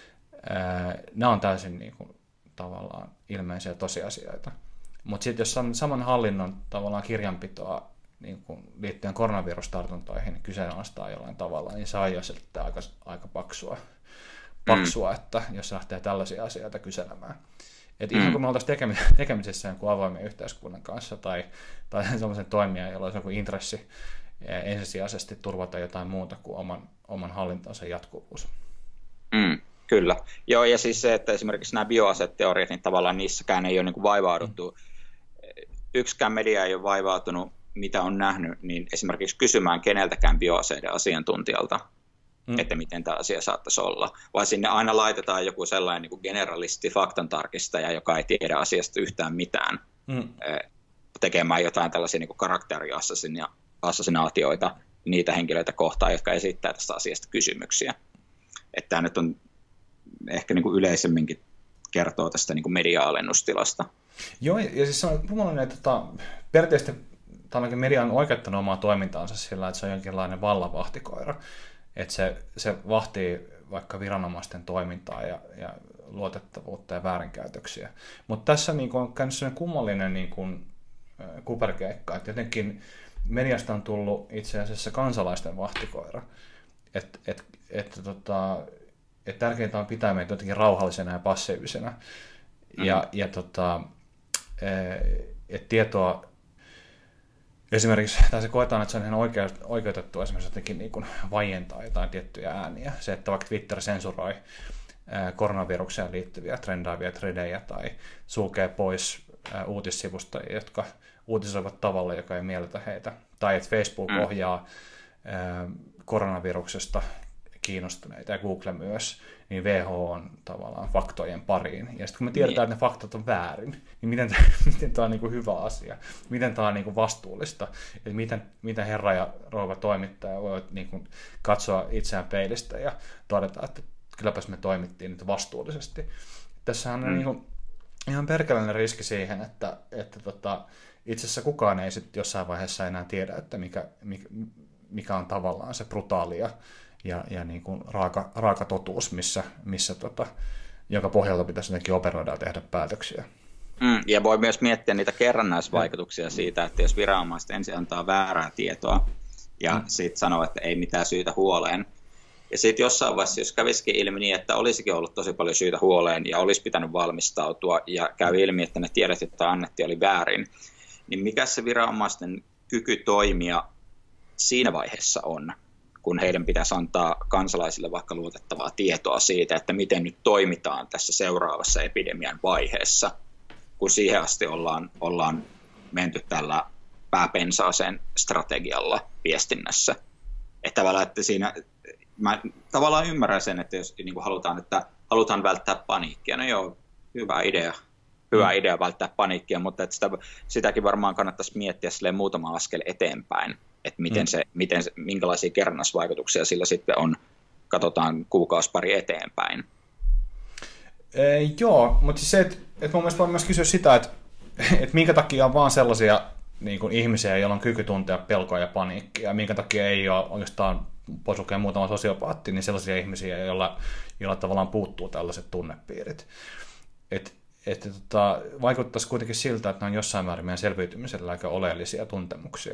Ää, nämä on täysin niin kuin, tavallaan ilmeisiä tosiasioita. Mutta sitten jos saman hallinnon tavallaan kirjanpitoa niin kuin liittyen koronavirustartuntoihin kyseenalaistaa jollain tavalla, niin se on jo sitten aika, aika paksua, paksua mm. että jos se lähtee tällaisia asioita kyselemään. Et mm. ihan kun me oltaisiin tekemisessä, tekemisessä jonkun avoimen yhteiskunnan kanssa tai, tai sellaisen toimijan, jolla olisi joku intressi ensisijaisesti turvata jotain muuta kuin oman, oman hallintonsa jatkuvuus. Mm, kyllä. Joo, ja siis se, että esimerkiksi nämä bioaseteoriat, niin tavallaan niissäkään ei ole niin kuin vaivauduttu. Mm. Yksikään media ei ole vaivautunut, mitä on nähnyt, niin esimerkiksi kysymään keneltäkään bioaseiden asiantuntijalta, mm. että miten tämä asia saattaisi olla. Vai sinne aina laitetaan joku sellainen niin kuin generalisti faktantarkistaja, joka ei tiedä asiasta yhtään mitään, mm. tekemään jotain tällaisia niin kuin karakteriassassinaatioita niitä henkilöitä kohtaan, jotka esittää tästä asiasta kysymyksiä. Että tämä nyt on ehkä niin kuin yleisemminkin kertoo tästä niin kuin media-alennustilasta. Joo, ja siis se on kummallinen, että tota, periaatteessa tämäkin media on oikeuttanut omaa toimintaansa sillä, että se on jonkinlainen vallanvahtikoira. Että se, se vahtii vaikka viranomaisten toimintaa ja, ja luotettavuutta ja väärinkäytöksiä. Mutta tässä niin kuin on käynyt sellainen kummallinen niin kuin, äh, kuperkeikka, että jotenkin mediasta on tullut itse asiassa kansalaisten vahtikoira. Että et, et, tota, et tärkeintä on pitää meitä jotenkin rauhallisena ja passiivisena. Mm-hmm. Ja, ja tota, et tietoa esimerkiksi, tai se koetaan, että se on ihan oikeutettu esimerkiksi jotenkin niin kuin vaientaa jotain tiettyjä ääniä. Se, että vaikka Twitter sensuroi koronavirukseen liittyviä trendaavia tredejä tai sulkee pois uutissivusta, jotka uutisoivat tavalla, joka ei miellytä heitä. Tai että Facebook ohjaa koronaviruksesta kiinnostuneita ja Google myös, niin W H O on tavallaan faktojen pariin. Ja sitten kun me tiedetään, niin. että ne faktat on väärin, niin miten, miten tämä on niin kuin hyvä asia? Miten tämä on niin kuin vastuullista? Että miten, miten herra ja rouva toimittaja voi niin kuin katsoa itseään peilistä ja todeta, että kylläpäs me toimittiin nyt vastuullisesti. Tässähän on mm. niin kuin, ihan perkeleinen riski siihen, että, että tota, itse asiassa kukaan ei sit jossain vaiheessa enää tiedä, että mikä, mikä, mikä on tavallaan se brutaali ja, ja, ja niin kuin raaka, raaka totuus, missä, missä tota, joka pohjalta pitäisi jotenkin operoida ja tehdä päätöksiä. Mm, ja voi myös miettiä niitä kerrannaisvaikutuksia mm. siitä, että jos viranomaiset ensin antaa väärää tietoa ja mm. sitten sanoo, että ei mitään syytä huoleen, ja sitten jossain vaiheessa, jos kävisikin ilmi niin, että olisikin ollut tosi paljon syytä huoleen ja olisi pitänyt valmistautua ja käy ilmi, että ne tiedot, joita annettiin, oli väärin, niin mikä se viranomaisten kyky toimia siinä vaiheessa on, kun heidän pitäisi antaa kansalaisille vaikka luotettavaa tietoa siitä, että miten nyt toimitaan tässä seuraavassa epidemian vaiheessa, kun siihen asti ollaan, ollaan menty tällä pääpensaaseen strategialla viestinnässä. Että tavallaan, että siinä, mä tavallaan ymmärrän sen, että jos niin kuin halutaan, että halutaan välttää paniikkia, no joo, hyvä idea. Hyvä mm. idea välttää paniikkia, mutta että sitä, sitäkin varmaan kannattaisi miettiä muutama askel eteenpäin, että miten se, mm. miten se, minkälaisia kerrannasvaikutuksia sillä sitten on, katsotaan kuukausi pari eteenpäin. E, joo, mutta siis se, että, että mun mielestä voi myös kysyä sitä, että, että minkä takia on vaan sellaisia niin kuin ihmisiä, joilla on kyky tuntea pelkoa ja paniikkia, ja minkä takia ei ole oikeastaan, pois lukea muutama sosiopaatti, niin sellaisia ihmisiä, joilla, joilla tavallaan puuttuu tällaiset tunnepiirit. Et, että tota, vaikuttaisi kuitenkin siltä, että ne on jossain määrin meidän selviytymisellä aika oleellisia tuntemuksia.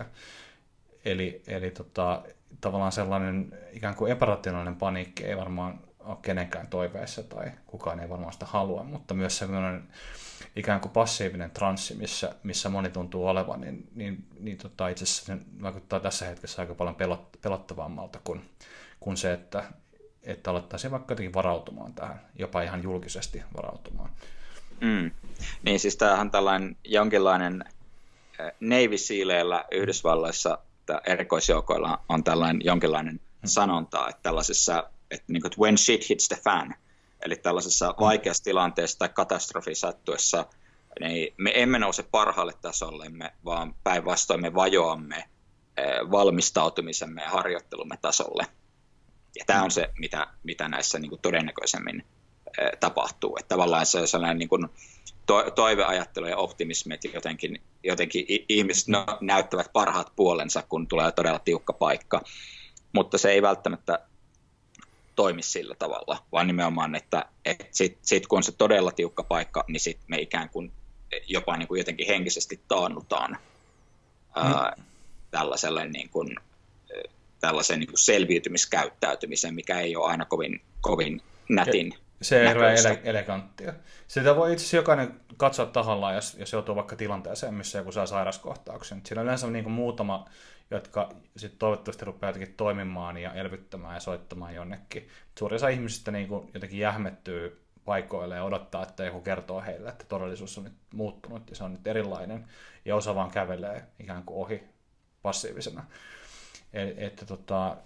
Eli, eli tota, tavallaan sellainen ikään kuin epärationaalinen paniikki ei varmaan ole kenenkään toiveessa tai kukaan ei varmaan sitä halua, mutta myös sellainen ikään kuin passiivinen transsi, missä, missä moni tuntuu olevan, niin, niin, niin tota, itse asiassa se vaikuttaa tässä hetkessä aika paljon pelot, pelottavammalta kuin, kuin se, että, että alettaisiin vaikka jotenkin varautumaan tähän, jopa ihan julkisesti varautumaan. Mm. Niin siis tämähän tällainen jonkinlainen Navy Sealeillä Yhdysvalloissa erikoisjoukoilla on tällainen jonkinlainen mm. sanonta, että tällaisessa, että, niin kuin, että when shit hits the fan, eli tällaisessa mm. vaikeassa tilanteessa tai katastrofin sattuessa, niin me emme nouse parhaalle tasollemme, vaan päinvastoin me vajoamme valmistautumisemme ja harjoittelumme tasolle. Ja tämä on se, mitä, mitä näissä niin kuin todennäköisemmin tapahtuu. Että tavallaan se on sellainen niin kuin to- toiveajattelu ja optimismi, että jotenkin, jotenkin ihmiset no, näyttävät parhaat puolensa, kun tulee todella tiukka paikka. Mutta se ei välttämättä toimi sillä tavalla, vaan nimenomaan, että, että sitten sit, kun on se todella tiukka paikka, niin sitten me ikään kuin jopa niin kuin jotenkin henkisesti taannutaan mm. ää, tällaiselle niin kuin, tällaisen niin kuin selviytymiskäyttäytymiseen, mikä ei ole aina kovin, kovin nätin. Se ei ole ele- eleganttia. Sitä voi itse asiassa jokainen katsoa tahallaan, jos, jos joutuu vaikka tilanteeseen, missä joku saa sairaskohtauksen. Siinä on yleensä niin kuin muutama, jotka sit toivottavasti rupeaa jotenkin toimimaan ja elvyttämään ja soittamaan jonnekin. Suurin osa ihmisistä niin kuin jotenkin jähmettyy paikoille ja odottaa, että joku kertoo heille, että todellisuus on nyt muuttunut ja se on nyt erilainen. Ja osa vaan kävelee ikään kuin ohi passiivisena. Eli, että tota...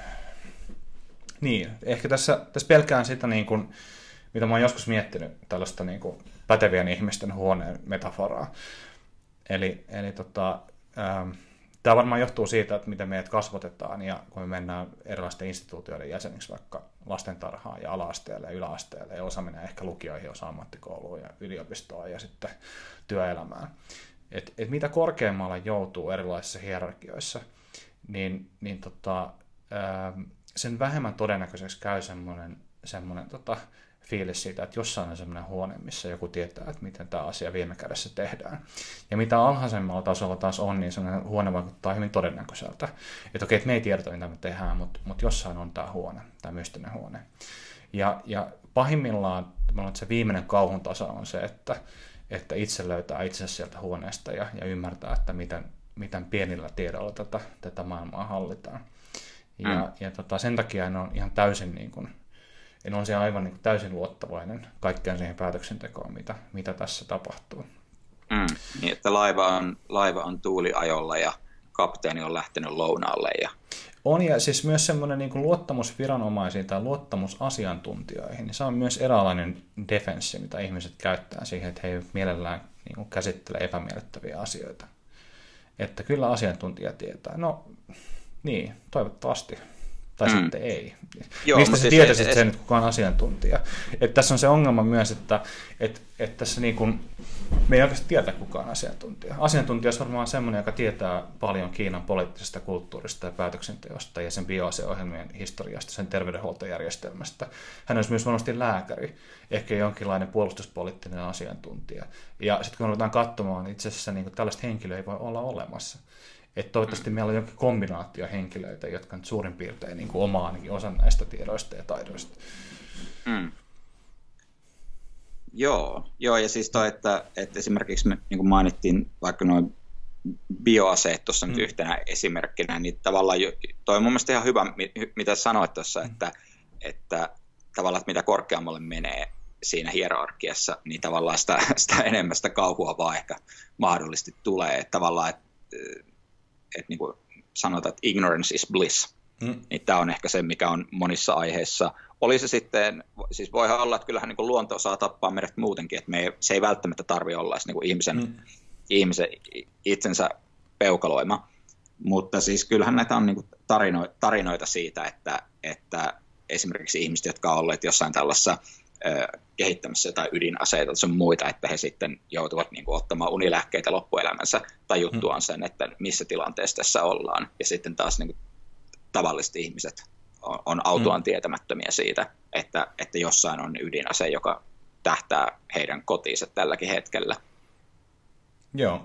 Niin, ehkä tässä, tässä pelkään sitä, niin kuin, mitä mä oon joskus miettinyt, tällaista niin kuin pätevien ihmisten huoneen metaforaa. Eli, eli tota, ähm, tämä varmaan johtuu siitä, että miten meidät kasvatetaan, ja kun me mennään erilaisten instituutioiden jäseniksi, vaikka lastentarhaan ja ala-asteelle ja yläasteelle, ja osa menee ehkä lukioihin, osa ammattikouluun ja yliopistoon ja sitten työelämään. Et, et mitä korkeammalle joutuu erilaisissa hierarkioissa, niin, niin tota, ähm, sen vähemmän todennäköiseksi käy semmoinen, semmoinen tota, fiilis siitä, että jossain on semmoinen huone, missä joku tietää, että miten tämä asia viime kädessä tehdään. Ja mitä alhaisemmalla tasolla taas on, niin semmoinen huone vaikuttaa hyvin todennäköiseltä. Että okei, että me ei tiedetä, mitä me tehdään, mutta, mutta jossain on tämä huone, tämä mystinen huone. Ja, ja pahimmillaan se viimeinen kauhun taso on se, että, että itse löytää itsensä sieltä huoneesta ja, ja ymmärtää, että miten, miten pienillä tiedoilla tätä, tätä maailmaa hallitaan. Ja, mm. ja tota, sen takia en ole ihan täysin, niin kuin, en ole aivan niin kuin täysin luottavainen kaikkeen siihen päätöksentekoon, mitä, mitä tässä tapahtuu. Mm. Niin, että laiva on, laiva on tuuliajolla ja kapteeni on lähtenyt lounaalle. Ja... On, ja siis myös semmoinen niin kuin luottamus viranomaisiin tai luottamus asiantuntijoihin, niin se on myös eräänlainen defenssi, mitä ihmiset käyttää siihen, että he eivät mielellään niin kuin käsittele epämiellyttäviä asioita. Että kyllä asiantuntija tietää. No, niin, toivottavasti. tai mm. sitten ei. Joo, mistä sä siis tietäisit ei, sen, että kukaan asiantuntija? Että tässä on se ongelma myös, että et, et tässä niin kun, me ei oikeasti tiedä kukaan asiantuntija. Asiantuntija on varmaan semmoinen, joka tietää paljon Kiinan poliittisesta kulttuurista ja päätöksenteosta ja sen bioaseohjelmien historiasta, sen terveydenhuoltojärjestelmästä. Hän olisi myös varmasti lääkäri, ehkä jonkinlainen puolustuspoliittinen asiantuntija. Ja sitten kun ruvetaan katsomaan, niin itse asiassa niin tällaista henkilöä ei voi olla olemassa. Että toivottavasti meillä on jokin kombinaatio henkilöitä, jotka nyt suurin piirtein niin kuin omaa ainakin osan näistä tiedoista ja taidoista. Mm. Joo, joo, ja siis toi, että, että esimerkiksi me niin kuin mainittiin vaikka noin bioaseet tuossa mm. nyt yhtenä esimerkkinä, niin tavallaan toi on mun mielestä ihan hyvä, mitä sanoit tuossa, mm. että, että tavallaan että mitä korkeammalle menee siinä hierarkiassa, niin tavallaan sitä, sitä enemmän sitä kauhua vaan ehkä mahdollisesti tulee, että tavallaan, että, että niin kuin sanotaan, että ignorance is bliss, mm. niin tämä on ehkä se, mikä on monissa aiheissa. Oli se sitten, siis voihan olla, että kyllähän niin kuin luonto osaa tappaa meidät muutenkin, että me ei, se ei välttämättä tarvitse olla niin kuin ihmisen, mm. ihmisen itsensä peukaloima, mutta siis kyllähän näitä on niin kuin tarino, tarinoita siitä, että, että esimerkiksi ihmiset, jotka ovat olleet jossain tällaisessa ö, kehittämässä jotain ydinaseita tai muita, että he sitten joutuvat niin kuin ottamaan unilääkkeitä loppuelämänsä tai juttuaan sen, että missä tilanteessa tässä ollaan, ja sitten taas niin kuin tavalliset ihmiset on, on autuaan tietämättömiä siitä, että, että jossain on ydinase, joka tähtää heidän kotiinsa tälläkin hetkellä. Joo.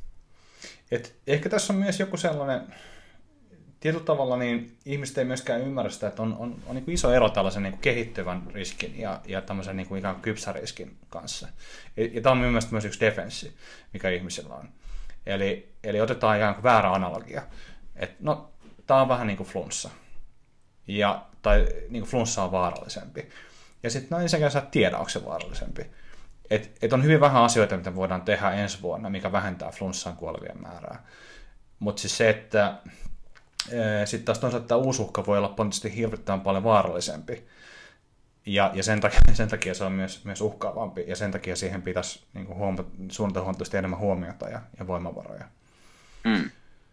Et ehkä tässä on myös joku sellainen, tietyllä tavalla niin ihmiset ei myöskään ymmärrä sitä, että on, on, on niin kuin iso ero tällaisen niin kuin kehittyvän riskin ja, ja tämmöisen niin kuin ikään kuin kypsän riskin kanssa. Ja, ja tämä on mielestäni myös yksi defenssi, mikä ihmisillä on. Eli, eli otetaan ikään kuin väärä analogia. Et, no, tämä on vähän niin kuin flunssa. Ja, tai niin kuin flunssa on vaarallisempi. Ja sitten no ensinnäkään sä et tiedä, onko se vaarallisempi. Et, et on hyvin vähän asioita, mitä voidaan tehdä ensi vuonna, mikä vähentää flunssaan kuolevien määrää. Mutta siis se, että sitten taas toisaalta tämä uusi uhka voi olla potentiaalisesti hirvittävän paljon vaarallisempi. Ja, ja sen, takia, sen takia se on myös, myös uhkaavampi. Ja sen takia siihen pitäisi niin kuin huomata, suunnata huomattavasti enemmän huomiota ja, ja voimavaroja. Mm.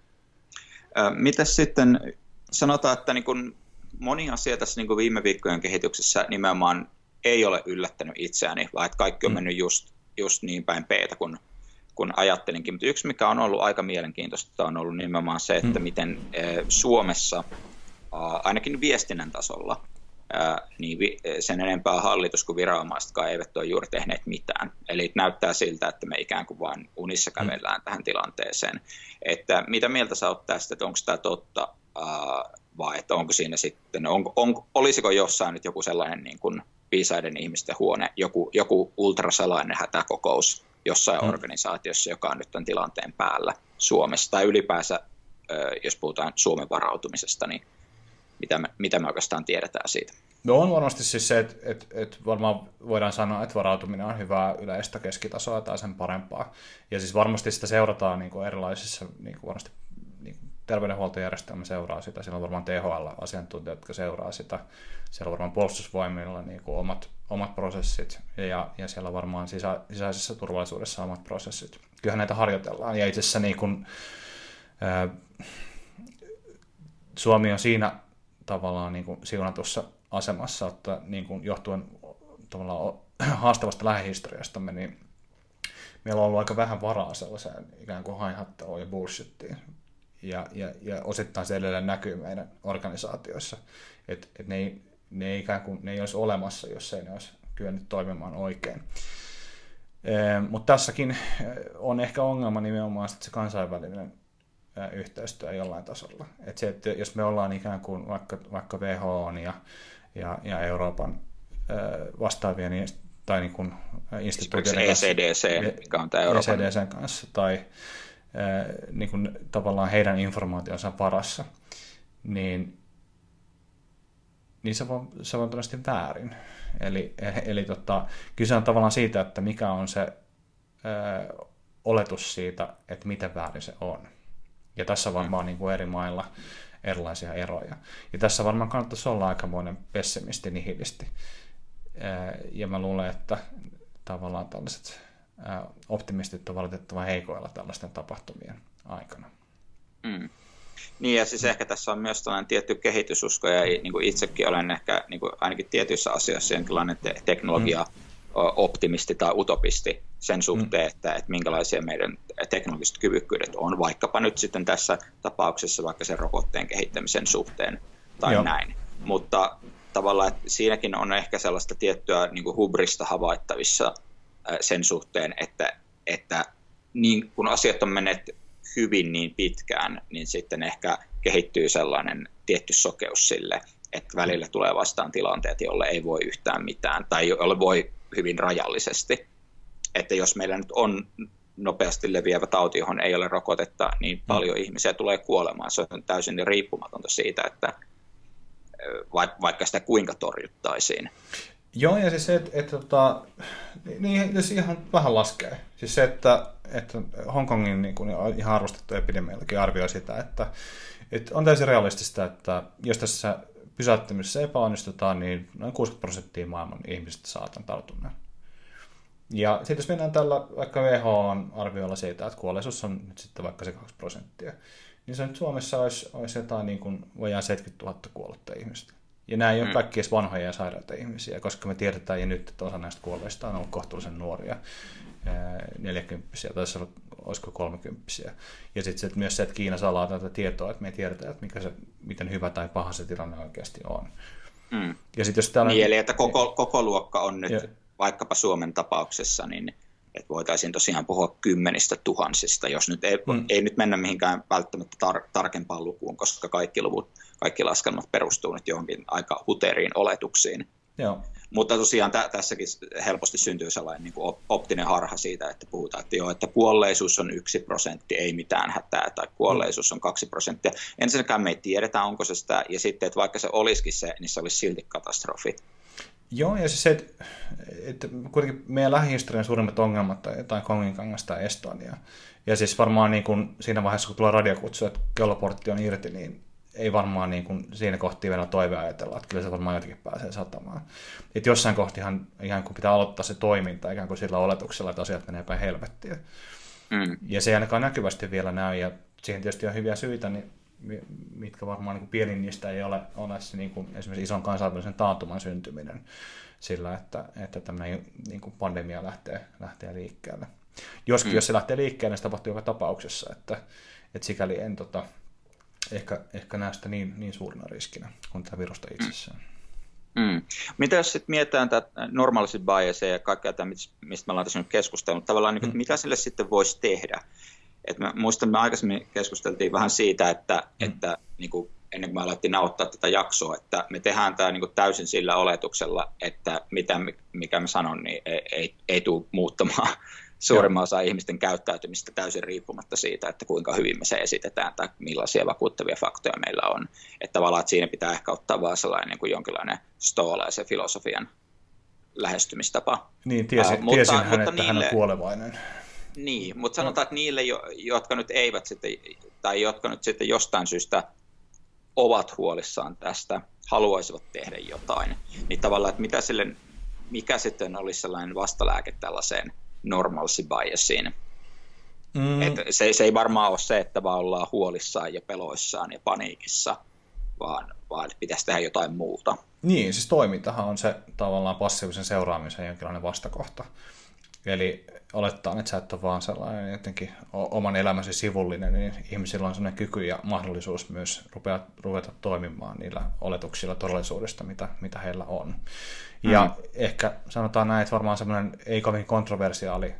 Mitäs sitten sanotaan, että niin kun moni asia tässä niin kun viime viikkojen kehityksessä nimenomaan ei ole yllättänyt itseäni, vaan että kaikki on mennyt just, just niin päin peetä, kun, kun ajattelinkin. Mutta yksi, mikä on ollut aika mielenkiintoista, on ollut nimenomaan se, että miten Suomessa, ainakin viestinnän tasolla, niin sen enempää hallitus kuin viranomaisetkaan eivät ole juuri tehneet mitään. Eli näyttää siltä, että me ikään kuin vain unissa kävellään tähän tilanteeseen. Että mitä mieltä sä oot tästä, että onko tämä totta, vai että onko siinä sitten, on, on, olisiko jossain nyt joku sellainen niin kuin viisaiden ihmisten huone, joku, joku ultrasalainen hätäkokous jossain mm. organisaatiossa, joka on nyt tämän tilanteen päällä Suomessa, tai ylipäänsä, jos puhutaan Suomen varautumisesta, niin mitä me, mitä me oikeastaan tiedetään siitä? No on varmasti siis se, että, että, että varmaan voidaan sanoa, että varautuminen on hyvää yleistä keskitasoa tai sen parempaa. Ja siis varmasti sitä seurataan niin kuin erilaisissa, niin kuin varmasti niin kuin terveydenhuoltojärjestelmä seuraa sitä, siellä on varmaan T H L-asiantuntijat, jotka seuraa sitä, siellä on varmaan puolustusvoimilla niin kuin omat, omat prosessit ja, ja siellä on varmaan sisä, sisäisessä turvallisuudessa omat prosessit. Kyllähän näitä harjoitellaan ja itse asiassa niin kuin, ää, Suomi on siinä tavallaan niin kuin siunatussa asemassa, että niin kuin johtuen tavallaan haastavasta lähihistoriastamme, niin meillä on ollut aika vähän varaa sellaiseen ikään kuin haihatteluun ja bullshittiin. Ja, ja, ja osittain se edelleen näkyy meidän organisaatioissa, että et ne, ei, ne, ei ikään kuin, ne ei olisi olemassa, jos ei ne olisi kyennyt toimimaan oikein. E, mutta tässäkin on ehkä ongelma nimenomaan se kansainvälinen yhteistyö jollain tasolla. Että se, että jos me ollaan ikään kuin vaikka, vaikka W H O ja, ja, ja Euroopan vastaavia niin, tai niin kuin instituutioiden kanssa, E C D C, mikä on tämä Euroopan E C D C:n kanssa, tai niin kuin tavallaan heidän informaationsa varassa, niin, niin se on, se on todennäköisesti väärin. Eli, eli tota, kyse on tavallaan siitä, että mikä on se ö, oletus siitä, että miten väärin se on. Ja tässä varmaan niin kuin eri mailla erilaisia eroja. Ja tässä varmaan kannattaisi olla aikamoinen pessimisti, nihilisti. Ja mä luulen, että tavallaan tällaiset optimistit on valitettavan heikoilla tällaisten tapahtumien aikana. Mm. Niin, ja siis ehkä tässä on myös tällainen tietty kehitysusko, ja niin kuin itsekin olen ehkä niin kuin ainakin tietyissä asioissa jonkinlainen te- teknologia mm. optimisti tai utopisti sen suhteen, mm. että, että minkälaisia meidän teknologiset kyvykkyydet on, vaikkapa nyt sitten tässä tapauksessa vaikka sen rokotteen kehittämisen suhteen tai Joo. näin. Mutta tavallaan että siinäkin on ehkä sellaista tiettyä niin kuin hubrista havaittavissa sen suhteen, että, että niin, kun asiat on menneet hyvin niin pitkään, niin sitten ehkä kehittyy sellainen tietty sokeus sille, että välillä tulee vastaan tilanteet, jolle ei voi yhtään mitään, tai jolle voi hyvin rajallisesti. Että jos meillä nyt on nopeasti leviävä tauti, johon ei ole rokotetta, niin paljon mm. ihmisiä tulee kuolemaan. Se on täysin riippumatonta siitä, että vaikka sitä kuinka torjuttaisiin. Joo, ja siis se, että, että, että niin, se ihan vähän laskee. Siis se, että, että Hongkongin niin kuin ihan arvostettu epidemiologi arvioi sitä, että, että on täysin realistista, että jos tässä pysäyttämisessä epäonnistutaan, niin noin kuusikymmentä prosenttia maailman ihmisistä saa tämän tartunnan. Ja sitten jos mennään tällä vaikka W H O:n arvioilla siitä, että kuolleisuus on nyt sitten vaikka se kaksi prosenttia, niin se nyt Suomessa olisi, olisi jotain niin kuin vajaa seitsemänkymmentätuhatta kuollutta ihmistä. Ja nämä ei ole kaikki edes vanhoja ja sairaita ihmisiä, koska me tiedetään jo nyt, että osa näistä kuolleista on ollut kohtuullisen nuoria, neljäkymppisiä, tai olisiko kolmekymppisiä. Ja sitten myös se, että Kiina salaa tätä tietoa, että me ei tiedetä, että mikä se, miten hyvä tai paha se tilanne oikeasti on. Mm. Ja sit, jos tällainen... Niin, eli että koko, koko luokka on nyt, ja... vaikkapa Suomen tapauksessa, niin että voitaisiin tosiaan puhua kymmenistä tuhansista, jos nyt ei, mm. ei nyt mennä mihinkään välttämättä tar- tarkempaan lukuun, koska kaikki luvut, kaikki laskelmat perustuu nyt johonkin aika huteriin oletuksiin. Joo. Mutta tosiaan tä- tässäkin helposti syntyy sellainen niin kuin optinen harha siitä, että puhutaan, että joo, että kuolleisuus on yksi prosentti, ei mitään hätää, tai kuolleisuus on kaksi prosenttia. Ensinnäkään me ei tiedetä, onko se sitä, ja sitten, että vaikka se olisikin se, niin se olisi silti katastrofi. Joo, ja siis se, että, että kuitenkin meidän lähihistorian suurimmat ongelmat on jotain Konginkangasta ja Estonia. Ja siis varmaan niin kuin siinä vaiheessa, kun tulee radiokutsu, että kelloportti on irti, niin ei varmaan niin kuin siinä kohti vielä toive ajatella, että kyllä se varmaan jotenkin pääsee satamaan. Että jossain kohtihan ihan kuin pitää aloittaa se toiminta ikään kuin sillä oletuksella, että asiat menee päin helvettiä. Mm. Ja se ei ainakaan näkyvästi vielä näy, ja siihen tietysti on hyviä syitä, niin mitkä varmaan niin kuin pienin niistä ei ole, ole se, niin kuin esimerkiksi ison kansainvälisen taantuman syntyminen sillä, että, että tämmöinen niin kuin pandemia lähtee, lähtee liikkeelle. Joskin mm. jos se lähtee liikkeelle, niin se tapahtuu joka tapauksessa, että, että sikäli en tota, ehkä, ehkä näe sitä niin, niin suurena riskinä kuin tämä virusta itsessään. Mm. Mitä jos sitten mietitään tätä normalcy biasia ja kaikkea tämä, mistä me ollaan tässä nyt keskustellut, tavallaan, niin, mm. mitä sille sitten voisi tehdä? Et mä muistan, me aikaisemmin keskusteltiin vähän siitä, että, mm. että niin kuin ennen kuin me alettiin nauhoittaa tätä jaksoa, että me tehdään tämä niin kuin täysin sillä oletuksella, että mitä, mikä mä sanon, niin ei, ei, ei tule muuttamaan suurimman osa ihmisten käyttäytymistä täysin riippumatta siitä, että kuinka hyvin me se esitetään tai millaisia vakuuttavia faktoja meillä on. Että tavallaan että siinä pitää ehkä ottaa vaan sellainen niin kuin jonkinlainen stoalaisen filosofian lähestymistapa. Niin, tiesin, uh, mutta, tiesin hän, mutta että niille, hän on kuolevainen. Niin, mutta sanotaan, että niille, jotka nyt eivät sitten, tai jotka nyt sitten jostain syystä ovat huolissaan tästä, haluaisivat tehdä jotain, niin tavallaan, että mitä sille, mikä sitten olisi sellainen vastalääke tällaiseen normalcy biasiin. Mm. Että se, se ei varmaan ole se, että vaan ollaan huolissaan ja peloissaan ja paniikissa, vaan, vaan pitäisi tehdä jotain muuta. Niin, siis toimintahan on se tavallaan passiivisen seuraamisen jonkinlainen vastakohta. Eli olettaa, että sä et ole vaan sellainen jotenkin oman elämäsi sivullinen, niin ihmisillä on sellainen kyky ja mahdollisuus myös rupea, ruveta toimimaan niillä oletuksilla todellisuudesta, mitä, mitä heillä on. Ja mm. ehkä sanotaan näin, että varmaan semmoinen ei kovin kontroversiaali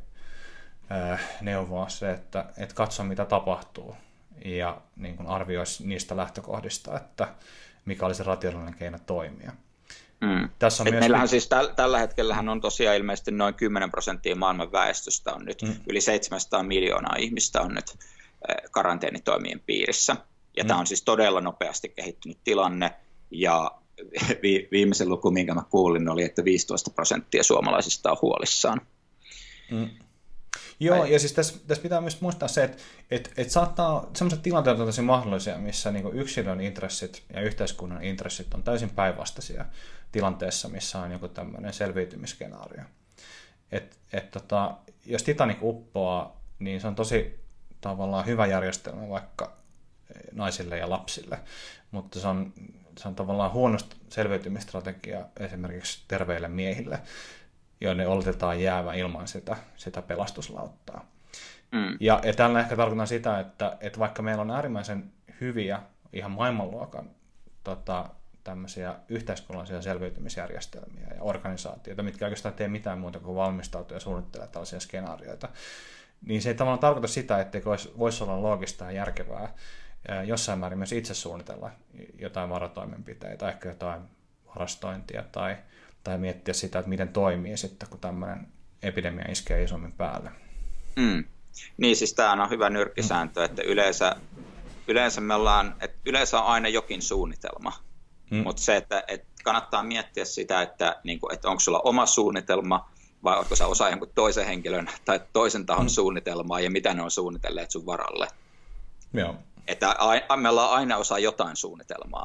äh, neuvo se, että, että katso mitä tapahtuu ja niin kuin arvioisi niistä lähtökohdista, että mikä olisi rationaalinen keino toimia. Mm. Tässä on myös... Meillähän siis täl, tällä hetkellähän on tosiaan ilmeisesti noin kymmenen prosenttia maailman väestöstä on nyt, mm. yli seitsemänsataa miljoonaa ihmistä on nyt karanteenitoimien piirissä. Ja mm. tämä on siis todella nopeasti kehittynyt tilanne, ja vi, viimeisen luku, minkä mä kuulin, oli, että viisitoista prosenttia suomalaisista on huolissaan. Mm. Joo, ja siis tässä, tässä pitää myös muistaa se, että, että, että saattaa sellaiset tilanteet on tosi mahdollisia, missä niin kuin yksilön intressit ja yhteiskunnan intressit on täysin päinvastaisia tilanteessa, missä on joku tämmöinen selviytymisskenaario. Et, et, tota, jos Titanic uppoaa, niin se on tosi tavallaan hyvä järjestelmä vaikka naisille ja lapsille, mutta se on, se on tavallaan huono selviytymistrategia esimerkiksi terveille miehille, joiden oletetaan jäävän ilman sitä, sitä pelastuslauttaa. Mm. Ja, ja tällä ehkä tarkoitan sitä, että, että vaikka meillä on äärimmäisen hyviä, ihan maailmanluokan tota, tämmöisiä yhteiskunnallisia selviytymisjärjestelmiä ja organisaatioita, mitkä oikeastaan tee mitään muuta kuin valmistautua ja suunnittelee tällaisia skenaarioita, niin se ei tavallaan tarkoita sitä, etteikö voisi olla loogista ja järkevää jossain määrin myös itse suunnitella jotain varotoimenpiteitä, ehkä jotain varastointia tai, tai miettiä sitä, että miten toimii sitten, kun tämmöinen epidemia iskee isommin päälle. Mm. Niin, siis tämä on hyvä nyrkkisääntö, että yleensä, yleensä, me ollaan, että yleensä on aina jokin suunnitelma, mm. mutta se, että, että kannattaa miettiä sitä, että, niin kuin, että onko sulla oma suunnitelma vai oletko sä osa jonkun toisen henkilön tai toisen tahon mm. suunnitelmaa ja mitä ne on suunnitelleet sun varalle. Joo. Että me ollaan aina osa jotain suunnitelmaa.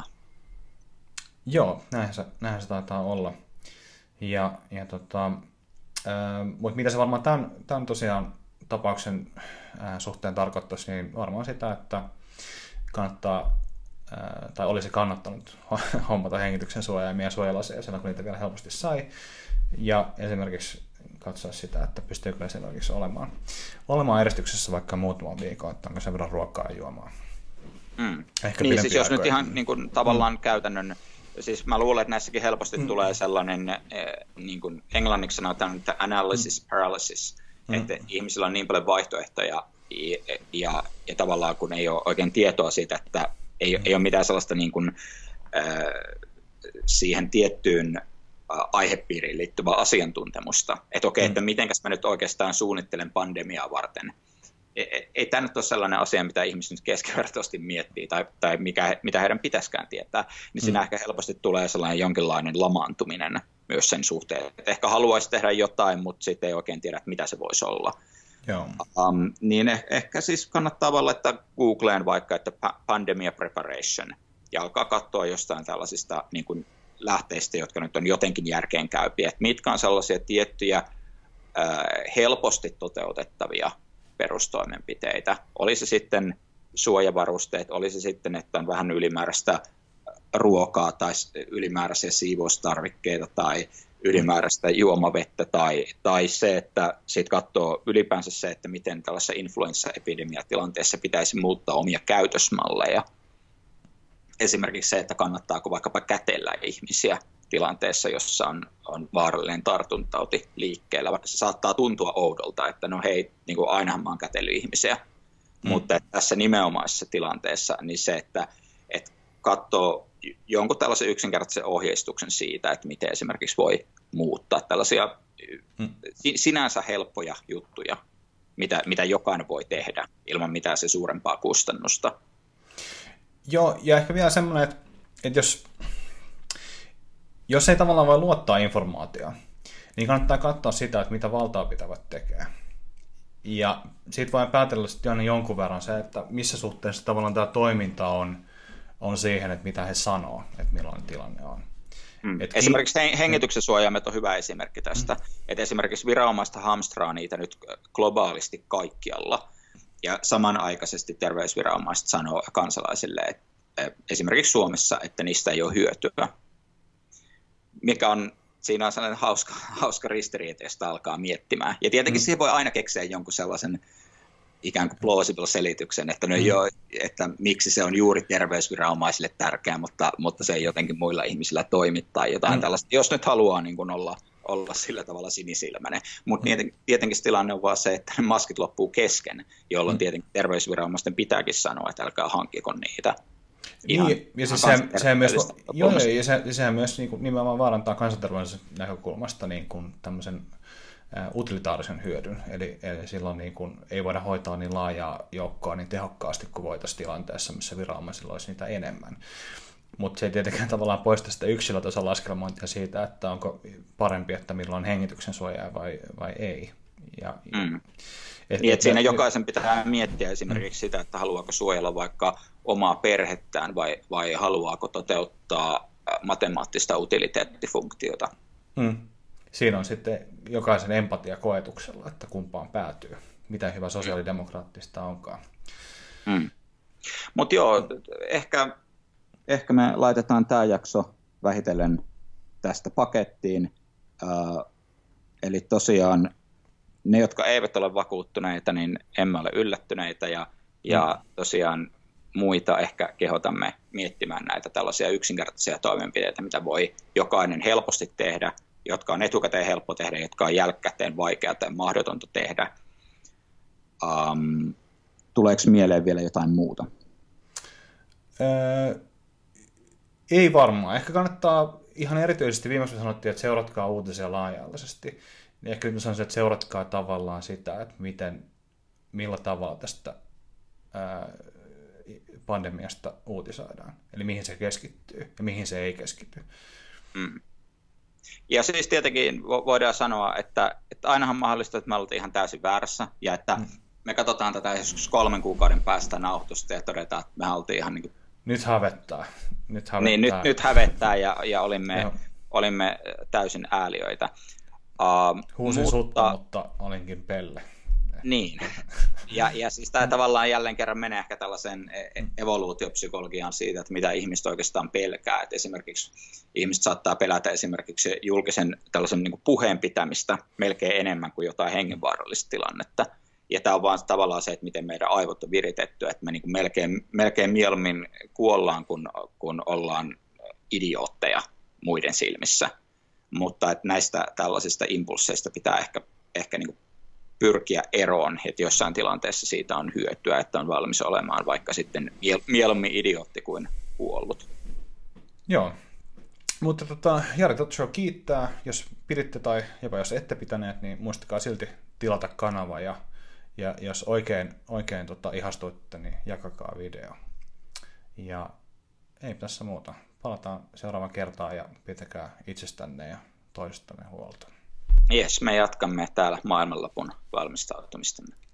Joo, näinhän se, näinhän se taitaa olla. Ja, ja tota, äh, mutta mitä se varmaan tämän, tämän tosiaan tapauksen äh, suhteen tarkoittaisi, niin varmaan sitä, että kannattaa, äh, tai olisi kannattanut hommata hengityksen suojaimia ja suojalaseja silloin, kun niitä vielä helposti sai. Ja esimerkiksi katsoa sitä, että pystyykö esimerkiksi olemaan, olemaan eristyksessä vaikka muutaman viikon, että onko sen verran ruokaa ja juomaa. Mm. Niin, siis jos nyt ihan niin kuin, tavallaan mm. käytännön, siis mä luulen, että näissäkin helposti mm. tulee sellainen, niin kuin englanniksi sanotaan, että analysis mm. paralysis, mm. että ihmisillä on niin paljon vaihtoehtoja ja, ja, ja tavallaan kun ei ole oikein tietoa siitä, että ei, mm. ei ole mitään sellaista niin kuin, äh, siihen tiettyyn aihepiiriin liittyvää asiantuntemusta, että okei, okay, mm. että mitenkäs mä nyt oikeastaan suunnittelen pandemiaa varten. Ei, ei tämä nyt ole sellainen asia, mitä ihmiset nyt keskivertoisesti miettii tai, tai mikä, mitä heidän pitäisikään tietää, niin mm. siinä ehkä helposti tulee sellainen jonkinlainen lamaantuminen myös sen suhteen, että ehkä haluaisi tehdä jotain, mutta sitten ei oikein tiedä, mitä se voisi olla. Joo. Um, niin eh, ehkä siis kannattaa vaan laittaa Googleen vaikka, että pandemia preparation, ja alkaa katsoa jostain tällaisista niin kuin lähteistä, jotka nyt on jotenkin järkeenkäypiä, että mitkä on sellaisia tiettyjä äh, helposti toteutettavia perustoimenpiteitä. Oli se sitten suojavarusteet, oli se sitten, että on vähän ylimääräistä ruokaa tai ylimääräisiä siivoustarvikkeita tai ylimääräistä juomavettä tai, tai se, että siitä katsoo ylipäänsä se, että miten tällaisessa influenssaepidemiatilanteessa pitäisi muuttaa omia käytösmalleja. Esimerkiksi se, että kannattaako vaikkapa kätellä ihmisiä tilanteessa, jossa on, on vaarallinen tartuntauti liikkeellä, vaikka se saattaa tuntua oudolta, että no hei, niin kuin ainahan mä oon kätellyt ihmisiä, mm. mutta tässä nimenomaisessa tilanteessa niin se, että, että katsoo jonkun tällaisen yksinkertaisen ohjeistuksen siitä, että miten esimerkiksi voi muuttaa tällaisia mm. sinänsä helppoja juttuja, mitä, mitä jokainen voi tehdä ilman mitään se suurempaa kustannusta. Joo, ja ehkä vielä semmoinen, että, että jos, jos ei tavallaan voi luottaa informaatioon, niin kannattaa katsoa sitä, että mitä valtaa pitävät tekee. Ja siitä voi päätellä sitten aina jonkun verran se, että missä suhteessa tavallaan tämä toiminta on, on siihen, että mitä he sanoo, että millainen tilanne on. Mm. Esimerkiksi hengityksen suojaimet on hyvä esimerkki tästä. Mm. Että esimerkiksi viranomaista hamstraa niitä nyt globaalisti kaikkialla. Ja samanaikaisesti terveysviranomaiset sanoo kansalaisille, että esimerkiksi Suomessa, että niistä ei ole hyötyä. Mikä on, siinä on sellainen hauska, hauska ristiriita, josta alkaa miettimään. Ja tietenkin mm. siihen voi aina keksiä jonkun sellaisen ikään kuin plausible selityksen, että, no mm. joo, että miksi se on juuri terveysviranomaisille tärkeää, mutta, mutta se ei jotenkin muilla ihmisillä toimi tai jotain mm. tällaista. Jos nyt haluaa niin kuin olla, olla sillä tavalla sinisilmäinen. Mutta mm. tietenkin tilanne on vaan se, että ne maskit loppuu kesken, jolloin mm. tietenkin terveysviranomaisten pitääkin sanoa, että älkää hankkiko niitä. Niin, ja siis sehän, sehän myös, joo, ja se, sehän myös niin kuin, nimenomaan vaarantaa kansanterveyden näkökulmasta niin kuin tämmöisen ä, utilitaarisen hyödyn. Eli, eli silloin niin kuin, ei voida hoitaa niin laajaa joukkoa niin tehokkaasti kuin voitaisiin tilanteessa, missä viranomaisilla olisi niitä enemmän. Mutta se ei tietenkään tavallaan poista sitä yksilötason laskelmointia siitä, että onko parempi, että milloin hengityksen suojaa vai, vai ei. Ja, mm. et, niin, et, siinä et, jokaisen pitää miettiä esimerkiksi mm. sitä, että haluaako suojella vaikka omaa perhettään vai, vai haluaako toteuttaa matemaattista utiliteettifunktiota. Mm. Siinä on sitten jokaisen empatia koetuksella, että kumpaan päätyy. Mitä hyvä sosiaalidemokraattista onkaan. Mm. Mutta joo, ehkä, ehkä me laitetaan tämä jakso vähitellen tästä pakettiin. Uh, eli tosiaan ne, jotka eivät ole vakuuttuneita, niin emme ole yllättyneitä ja, ja tosiaan muita ehkä kehotamme miettimään näitä tällaisia yksinkertaisia toimenpiteitä, mitä voi jokainen helposti tehdä, jotka on etukäteen helppo tehdä, jotka on jälkikäteen vaikeaa tai mahdotonta tehdä. Um, tuleeko mieleen vielä jotain muuta? Öö, ei varmaan. Ehkä kannattaa ihan erityisesti, viimeksi sanottiin, että seuratkaa uutisia laaja-alaisesti. Niin ehkä nyt sanoisin, että seuratkaa tavallaan sitä, että miten, millä tavalla tästä ää, pandemiasta uutisoidaan. Eli mihin se keskittyy ja mihin se ei keskity. Mm. Ja siis tietenkin voidaan sanoa, että, että ainahan mahdollista, että me oltiin ihan täysin väärässä ja että mm. me katsotaan tätä joskus kolmen kuukauden päästä nauhoitusta ja todetaan, että me oltiin ihan niin kuin... Nyt hävettää. Nyt hävettää. Niin, nyt, nyt hävettää ja, ja olimme, olimme täysin ääliöitä. Uh, Huusin mutta, sutta, mutta olinkin pelle. Niin. Ja, ja siis tämä tavallaan jälleen kerran menee ehkä tällaisen evoluutiopsykologiaan siitä, että mitä ihmiset oikeastaan pelkää. Et esimerkiksi ihmiset saattaa pelätä esimerkiksi julkisen tällaisen niin kuin puheen pitämistä melkein enemmän kuin jotain hengenvaarallista tilannetta. Ja tämä on vaan tavallaan se, että miten meidän aivot on viritetty, että me niin kuin melkein, melkein mieluummin kuollaan, kun, kun ollaan idiootteja muiden silmissä. Mutta että näistä tällaisista impulseista pitää ehkä, ehkä niin kuin pyrkiä eroon, että jossain tilanteessa siitä on hyötyä, että on valmis olemaan vaikka sitten mieluummin idiootti kuin kuollut. Joo, mutta tota, Jari Show kiittää. Jos piditte tai jopa jos ette pitäneet, niin muistakaa silti tilata kanava ja, ja jos oikein, oikein tota, ihastuitte, niin jakakaa video. Ja ei tässä muuta. Palataan seuraavan kertaan ja pitäkää itsestänne ja toistanne huolta. Jes, me jatkamme täällä maailmanlopun valmistautumistamme.